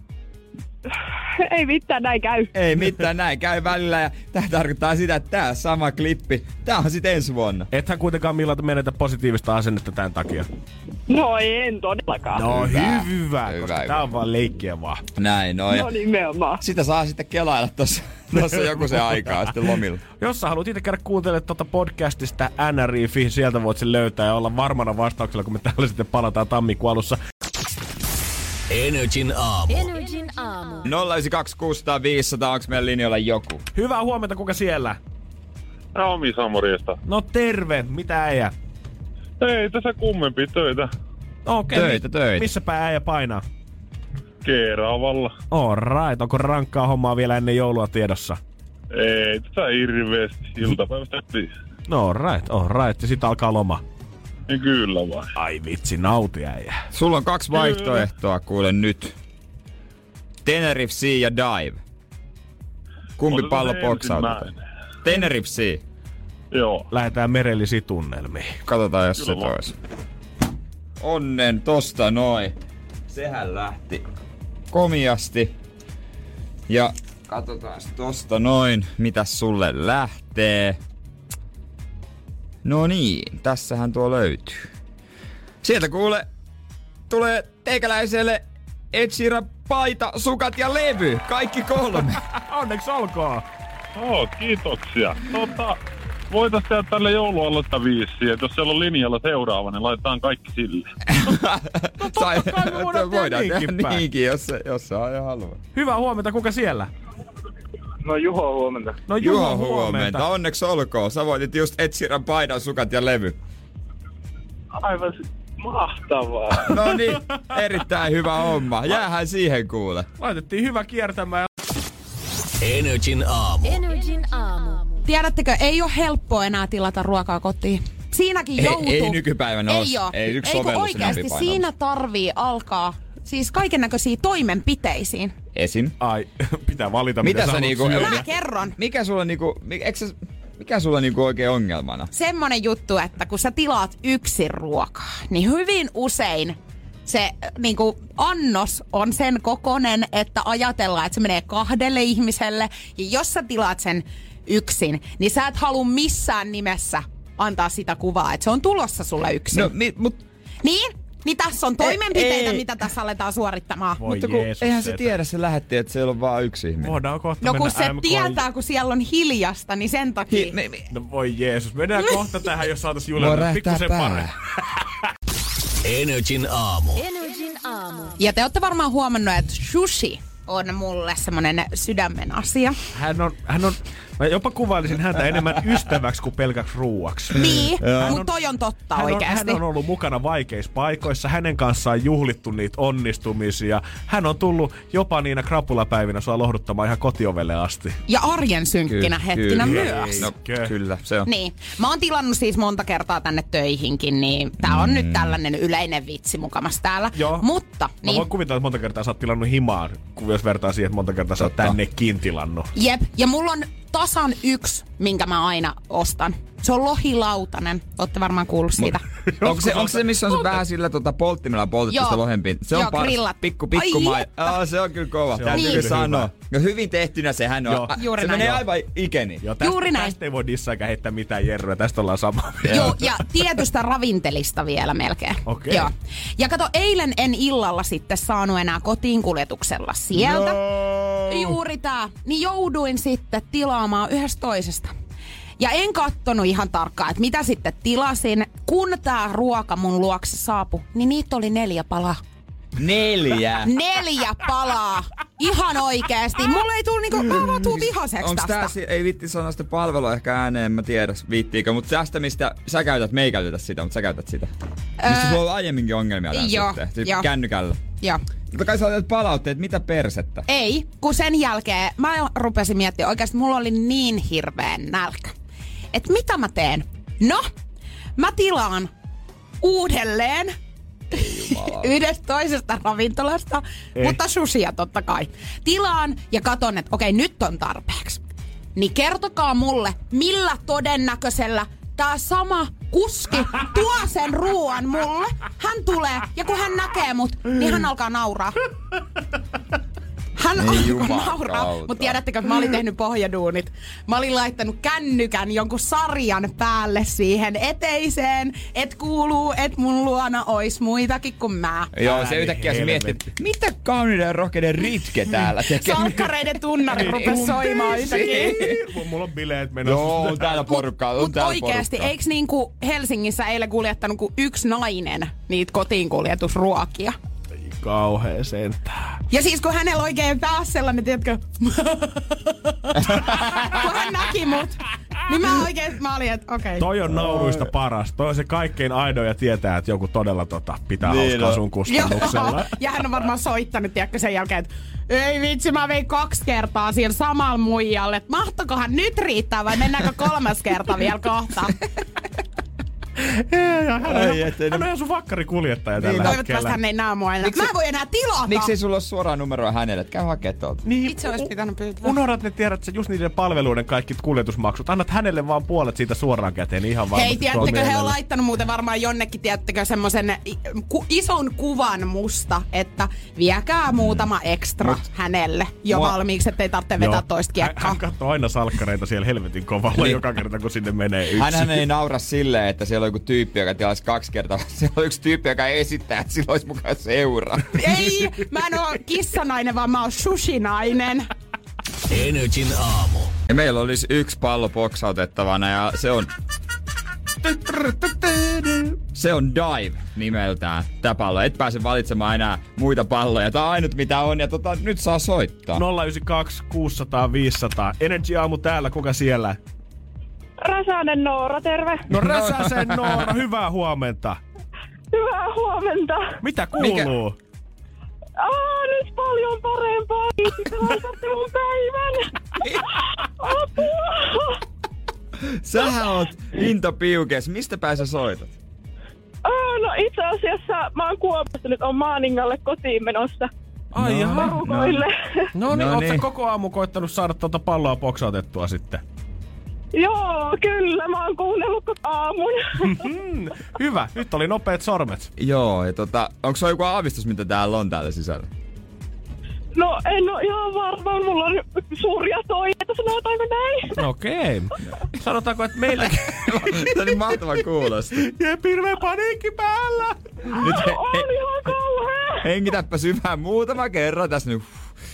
Ei mitään, näin käy.
Ei mitään, näin käy välillä ja tää tarkoittaa sitä, että tää sama klippi, tää on sit ensi vuonna.
Ethän kuitenkaan Milla menetä positiivista asennetta tämän takia.
No en todellakaan.
No
Hyvä.
hyvä, hyvä,
Hyvä,
koska
hyvä.
tää on vaan leikkiä vaan.
Näin, no,
No nimenomaan.
sitä saa sitten kelailla tossa, tossa joku se aikaa sitten lomilla.
Jos sä haluat itse käydä kuuntelemaan tuota podcastista N R I piste fi, sieltä voit sen löytää ja olla varmana vastauksella, kun me täällä sitten palataan tammikuun alussa.
Energin aamu.
Energin aamu.
nolla yhdeksän kaksi kuusi nolla nolla viisi nolla nolla, onks meillä linjoilla joku?
Hyvää huomenta, kuka siellä?
No, Misa, morjesta.
No terve, mitä äijä?
Ei tässä kummempi töitä.
Okei,
Töitä, töitä.
Missäpä äijä painaa?
Keeraavalla.
All right, onko rankkaa hommaa vielä ennen joulua tiedossa?
Ei tässä hirveesti. Iltapäivästä läpi.
No all right, all right, ja sit alkaa loma.
Niin kyllä vai.
Ai vitsi, nauti äijä.
Sulla on kaksi vaihtoehtoa, kuule nyt. Tenerife Sea ja Dive. Kumpi
Otetaan
pallo
se
boksautetaan?
ensimmäinen.
Tenerife Sea.
Joo.
Lähdetään merellisiin tunnelmiin.
Katsotaan, jos
Kyllä
se
vaan.
tois. Onnen tosta noin. Sehän lähti komiasti. Ja katsotaan tosta noin, mitäs sulle lähtee. No niin, tässähän tuo löytyy. Sieltä kuule, tulee teikäläiselle Ed Sheeran paita, sukat ja levy. Kaikki kolme.
Onneksi olkoon.
Oo, kiitoksia. Tota, voitais tehdä tälle joulualoitta viisi, että jos siellä on linjalla seuraava, niin laitetaan kaikki sille.
No totta kai me voidaan tehdä
voidaan tehdä
niinkin päin.
niinkin, jos, se- jos se on haluaa.
Hyvää huomenta, kuka siellä?
No Juho, huomenta.
No Juho,
Juho,
huomenta.
huomenta. Onneksi olkoon. Sä voitit just Ed Sheeran paidan, sukat ja levy.
Aivan mahtavaa.
No niin, erittäin hyvä homma. Jäähän siihen kuule.
Laitettiin hyvä kiertämään.
Energin aamu.
Energin aamu.
Tiedättekö, ei ole helppoa enää tilata ruokaa kotiin. Siinäkin
Ei,
joutuu.
ei nykypäivänä
Ei
ole.
oo.
Ei yksi
Ei kun
sovellus
oikeasti
napipainalla.
siinä tarvii alkaa siis kaikennäköisiä toimenpiteisiin.
Esim.
Ai, pitää valita,
Mitä
mitä,
sä
sä
niinku-
haluat syödä.
Mä kerron.
Mikä sulla niinku, mi- eikö sä, mikä sulla niinku oikein ongelmana?
Semmonen juttu, että kun sä tilaat yksin ruokaa, niin hyvin usein se äh, niinku annos on sen kokonen, että ajatellaan, että se menee kahdelle ihmiselle. Ja jos sä tilaat sen yksin, niin sä et halua missään nimessä antaa sitä kuvaa, että se on tulossa sulle yksin.
No, mi, mut,
Niin? Niin tässä on toimenpiteitä,
ei.
mitä tässä aletaan suorittamaan.
Voi
mutta kun
Jeesus
eihän se
sentään.
tiedä se lähetti, että siellä on vaan yksi ihminen.
Voidaan kohta
No
mennä
kun se
M K.
tietää, kun siellä on hiljasta, niin sen takia.
Hi, me, me,
No voi Jeesus, mennään kohta tähän, jos saatais
mua
Juliana
räjähtää
pikkusen
pää.
paremmin.
Energin aamu.
Energin aamu.
Ja te olette varmaan huomannut, että sushi on mulle semmonen sydämen asia.
Hän on, hän on, mä jopa kuvailisin häntä enemmän ystäväksi kuin pelkäksi ruuaksi.
Niin, mutta toi on totta
hän on,
oikeasti.
hän on ollut mukana vaikeissa paikoissa, hänen kanssaan juhlittu niitä onnistumisia. Hän on tullut jopa niinä krapulapäivinä sua lohduttamaan ihan kotiovelle asti.
Ja arjen synkkinä
Ky-
hetkinä
kyllä.
myös.
No, kyllä, se on.
Niin. Mä oon tilannut siis monta kertaa tänne töihinkin, niin tää on mm. nyt tällainen yleinen vitsi mukamas täällä.
Joo.
Mutta,
Mä
niin.
voin kuvitella, että monta kertaa sä oot tilannut himaan, kun jos vertaa siihen, että monta kertaa sä oot tännekin tilannut.
Jep, ja mulla on tasan yksi, minkä mä aina ostan. Se on lohilautanen. Ootte varmaan kuullut siitä.
Onko se, onko se, missä on se vähän sillä tota, polttimella poltettu
Joo.
sitä lohempiin? Se on
Joo,
paras.
grillat.
Pikku, pikku
Ai
mai.
jepä.
Aa, se on kyllä kova.
Se on
Täytyy
niin.
kyllä sanoa. Ja hyvin tehtynä sehän on.
Joo.
A,
Juuri
se
näin.
menee
Joo.
aivan ikeni.
Joo, tästä,
Juuri näin.
tästä ei voi dissa eikä heittää mitään jerryä. Tästä ollaan samaa mieltä.
Joo, ja tietystä ravintelista vielä melkein.
Okei.
Joo. Ja kato, eilen en illalla sitten saanut enää kotiin kuljetuksella sieltä.
No.
Juuri tää. Niin jouduin sitten tilaamaan yhdestä toisesta. Ja en kattonut ihan tarkkaan, että mitä sitten tilasin. Kun tää ruoka mun luokse saapui, niin niitä oli neljä palaa.
Neljä.
Neljä palaa. Ihan oikeesti. Mulla ei tullut niinku, mä vaan tuun vihaseksi
Onks
tästä.
tää, si- ei vitti sanoa sitä palvelua ehkä ääneen, en mä tiedä viittiikö, mutta tästä mistä sä käytät, me ei käytetä sitä, mutta sä käytät sitä. Öö, mistä sulla on aiemminkin ongelmia tämän
joo,
suhteen, siis
joo.
kännykällä.
Joo.
Mutta kai sä olet palautteet, mitä persettä?
Ei, kun sen jälkeen mä rupesin miettimään, oikeasti mulla oli niin hirveän nälkä. Et mitä mä teen? No, mä tilaan uudelleen yhdestä toisesta ravintolasta,
Ei.
mutta sushia totta kai. Tilaan ja katon, että okei, nyt on tarpeeksi. Niin kertokaa mulle, millä todennäköisellä tää sama kuski tuo sen ruoan mulle. Hän tulee ja kun hän näkee mut, niin hän alkaa nauraa. Hän
Ei
alkoi nauraa,
jumakauta.
mutta tiedättekö, että mä olin tehnyt pohjaduunit. Mä olin laittanut kännykän jonkun sarjan päälle siihen eteiseen, et kuuluu, et mun luona ois muitakin kuin mä.
Joo, se
Ääni
yhtäkkiä se
helvetti.
mietti, että mitä kauniiden ja rohkeiden ritke täällä tekee.
Salkkareiden tunnari rupes soimaan yhtäkkiä.
Mulla on bileet menossa.
Joo, on täällä porukkaa, on
Mut
täällä
oikeesti,
porukkaa.
eiks niinku Helsingissä eilen kuljettanut kuin yksi nainen niitä kotiinkuljetusruokia?
Kauhea sentään.
Ja siis kun hänellä oikein pääsi sellainen, tiedätkö, kun hän näki mut, niin mä oikein, mä olin, että okei. Okay.
Toi on nauruista paras. Toi on se kaikkein aidoin ja tietää, että joku todella tota, pitää
Niin
hauskaa
on.
sun kustannuksella.
Ja hän on varmaan soittanut, tiedätkö, sen jälkeen, että ei vitsi, mä vein kaksi kertaa siellä samalla muijalle. Että mahtokohan nyt riittää vai mennäänkö kolmas kerta vielä kohta?
Ja hän, on
Ai,
ihan,
ettei
hän on
nyt-
ihan sun vakkarikuljettaja
Niin,
tällä
Toivottavasti
hetkellä.
hän ei näe mua enää.
Miksi-
Mä en voi enää tilata.
Miksi ei sulla ole suoraa numeroa hänelle? Et käy hakee tuolta.
Niin,
Itse olisi pitänyt pyytää.
unohdat ne tiedät, että just niiden palveluiden kaikki kuljetusmaksut. Annat hänelle vaan puolet siitä suoraan käteen, niin ihan varmasti.
Hei, tiedättekö, he
mielellä.
on laittanut muuten varmaan jonnekin, tiedättekö, semmoisen ku, ison kuvan musta, että viekää muutama ekstra
Mut-
hänelle jo
Mua-
valmiiksi, ettei tarvitse vetää
Joo.
toista
Hän,
kiekkaa.
hän katsoo aina salkkareita siellä helvetin kovalla
Niin.
joka kerta, kun sinne menee yksi.
Hänhän ei naura silleen, että siellä on joku tyyppi, joka tilasi kaksi kertaa. Siellä on yksi tyyppi, joka esittää, että sillä olisi mukaan seura.
Ei, mä en oo kissanainen, vaan mä oon sushinainen.
Energin aamu.
Ja meillä olisi yksi pallo boksautettavana ja se on... Se on Dive nimeltään, tää pallo. Et pääse valitsemaan enää muita palloja. Tää on ainut mitä on ja tota, nyt saa soittaa.
nolla yhdeksän kaksi kuusisataa viisisataa. Energy aamu täällä, kuka siellä?
Rasanen Noora, terve.
No Räsäsen Noora, hyvää huomenta.
Hyvää huomenta.
Mitä kuuluu?
Aa, nyt paljon parempaa. Pelastatte mun päivän. Apua.
Sähän oot Into Piukes. Mistä päin sä soitat?
Aa, no itse asiassa mä oon Kuopasta, nyt on Maaningalle kotiin menossa.
Ai
No.
jaha.
Porukoille.
No niin,
No
oot sä
niin.
koko aamu koittanut saada tuota palloa boksautettua sitten?
Joo, kyllä, mä oon kuunnellut koko aamun.
Hmm, hyvä, nyt oli nopeat sormet.
Joo, ja tota, onko se joku aavistus, mitä täällä on täällä sisällä?
No en oo ihan varma, mulla on suuria toiveita, sanotaanko näin?
Okei. Sanotaanko, että meilläkin
Tämä on niin mahtavan kuulosta.
jep, hirveä paniikki päällä.
Nyt he,
On
he,
ihan kauhea.
hengitäpä syvään muutama kerran tässä nyt.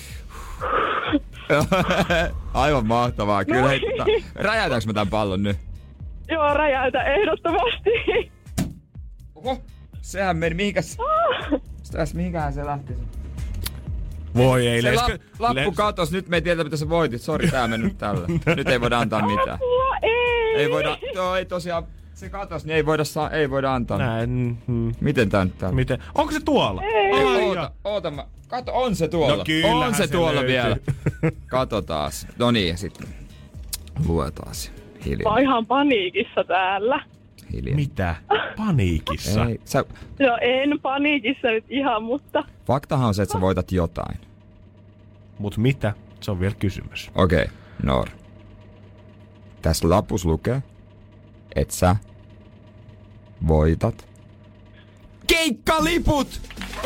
Aivan mahtavaa. Kyllä, hei, tota, räjäytäänkö mä tämän pallon nyt?
Joo, räjäytä ehdottomasti.
Oho, sehän meni mihinkäs? Tässä mihinkähän se lähti?
Voi ei,
se
Leska.
la, lappu Les... katos, nyt me ei tiedä mitä sä voitit. Sori, tää mennyt tällä. Nyt ei voida antaa mitään.
Apua, ei!
Ei voida, joo ei tosiaan, se katos, niin ei voida, saa, ei voida antaa.
Näin. Hmm.
Miten tää nyt täällä?
Miten? Onko se tuolla?
Ei.
Ai, oota, oota mä. Kato, on se tuolla.
No kyllähän
on se,
se
tuolla
löytyy.
vielä. Kato taas. No niin, ja sitten luetaan se. Hiljaa.
Mä oon ihan paniikissa täällä.
Hiljaa.
Mitä? Paniikissa?
Ei, sä...
No en paniikissa nyt ihan, mutta...
Faktahan on se, että sä voitat jotain.
Mut mitä? Se on vielä kysymys.
Okei, okay, Noora. Tässä lapus lukee, että sä voitat keikkaliput!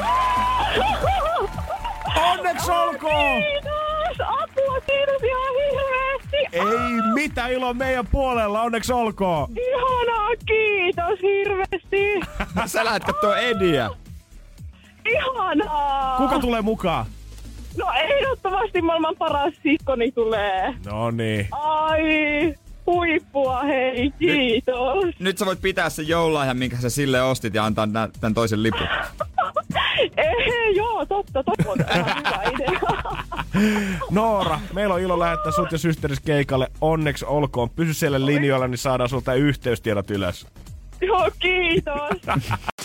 Onneksi olkoon!
Kiitos! Apua, kiitos ihan hirveästi!
Ei mitään iloa meidän puolella, onneksi olkoon!
Ihanaa, kiitos hirveästi!
Sä lähdet kattoo Ediä.
Ihanaa!
Kuka tulee mukaan?
No ehdottomasti maailman paras siskoni tulee.
No niin.
Ai, huippua hei, kiitos.
Nyt, nyt sä voit pitää sen joululahjan, minkä sä sille ostit ja antaa nä, tän toisen lipun.
Ei, joo, totta, totta. Hyvä idea.
Noora, meillä on ilo lähettää sut ja systeris keikalle. Onneksi olkoon. Pysy siellä linjoilla, niin saadaan sulta yhteystiedot ylös.
Joo, kiitos.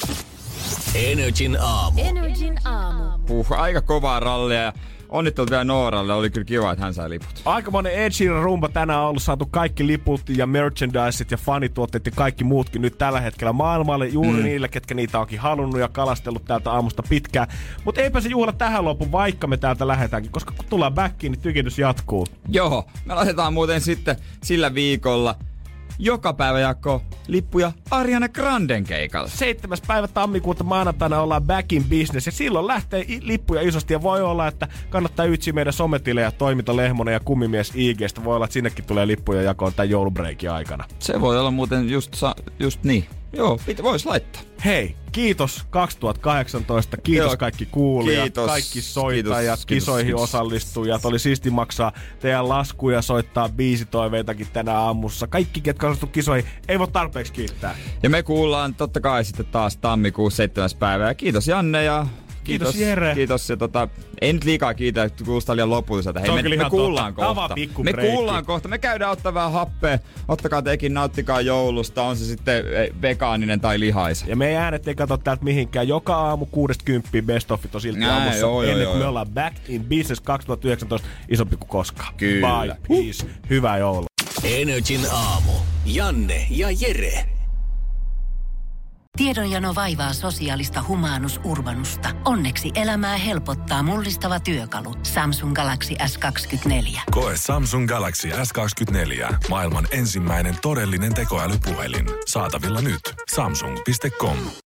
Energin aamu.
Energin aamu.
Puh, aika kovaa rallia ja onnittelut vielä Nooralle. Oli kyllä kiva, että hän sai liput.
Aikamoinen Ed Sheeran rumba tänään on ollut saatu kaikki liput ja merchandiseit ja fanituotteet ja kaikki muutkin nyt tällä hetkellä maailmalle. Juuri mm. niille, ketkä niitä onkin halunnut ja kalastellut täältä aamusta pitkään. Mutta eipä se juhla tähän lopu, vaikka me täältä lähdetäänkin, koska kun tullaan backiin, niin tykitys jatkuu.
Joo, me laitetaan muuten sitten sillä viikolla joka päivä jako lippuja Ariana Granden keikalle.
seitsemäs päivä tammikuuta maanantaina ollaan back in business ja silloin lähtee lippuja isosti ja voi olla, että kannattaa ytsiä meidän sometilejä Toiminta Lehmonen ja Kummimies I G:stä. Voi olla, että sinnekin tulee lippuja jakoon tämän joulubreikin aikana.
Se voi olla muuten just, sa- just niin. Joo, vois laittaa.
Hei, kiitos kaksituhattakahdeksantoista, kiitos Joo, kaikki kuulijat, kiitos, kaikki soittajat, kiitos, kisoihin kiitos, osallistujat. Oli siisti maksaa teidän laskuja, soittaa biisitoiveitakin tänä aamussa. Kaikki, ketkä osallistu kisoihin, ei voi tarpeeksi kiittää.
Ja me kuullaan totta kai sitten taas tammikuussa seitsemäs päivä. Ja kiitos Janne ja kiitos,
kiitos Jere.
Kiitos ja tota, en nyt liikaa kiitä, että kuulostaa liian lopulliselta. Hei, me, me kuullaan totta. kohta. Me kuullaan kohta. Me käydään ottaa vähän happea. Ottakaa tekin, nauttikaa joulusta. On se sitten vegaaninen tai lihais.
Ja meidän äänet ei katso täältä mihinkään. Joka aamu kuudesta kymppiin best ofit on silti Nää, aamussa. Joo, ennen kuin me ollaan back in business kaksituhattayhdeksäntoista isompi kuin koskaan.
Kyllä.
Bye, peace. Hyvää joulua.
Energin aamu. Janne ja Jere.
Tiedonjano vaivaa sosiaalista humanus urbanusta. Onneksi elämää helpottaa mullistava työkalu. Samsung Galaxy S kaksikymmentäneljä.
Koe Samsung Galaxy S kaksikymmentäneljä. Maailman ensimmäinen todellinen tekoälypuhelin. Saatavilla nyt. Samsung piste com.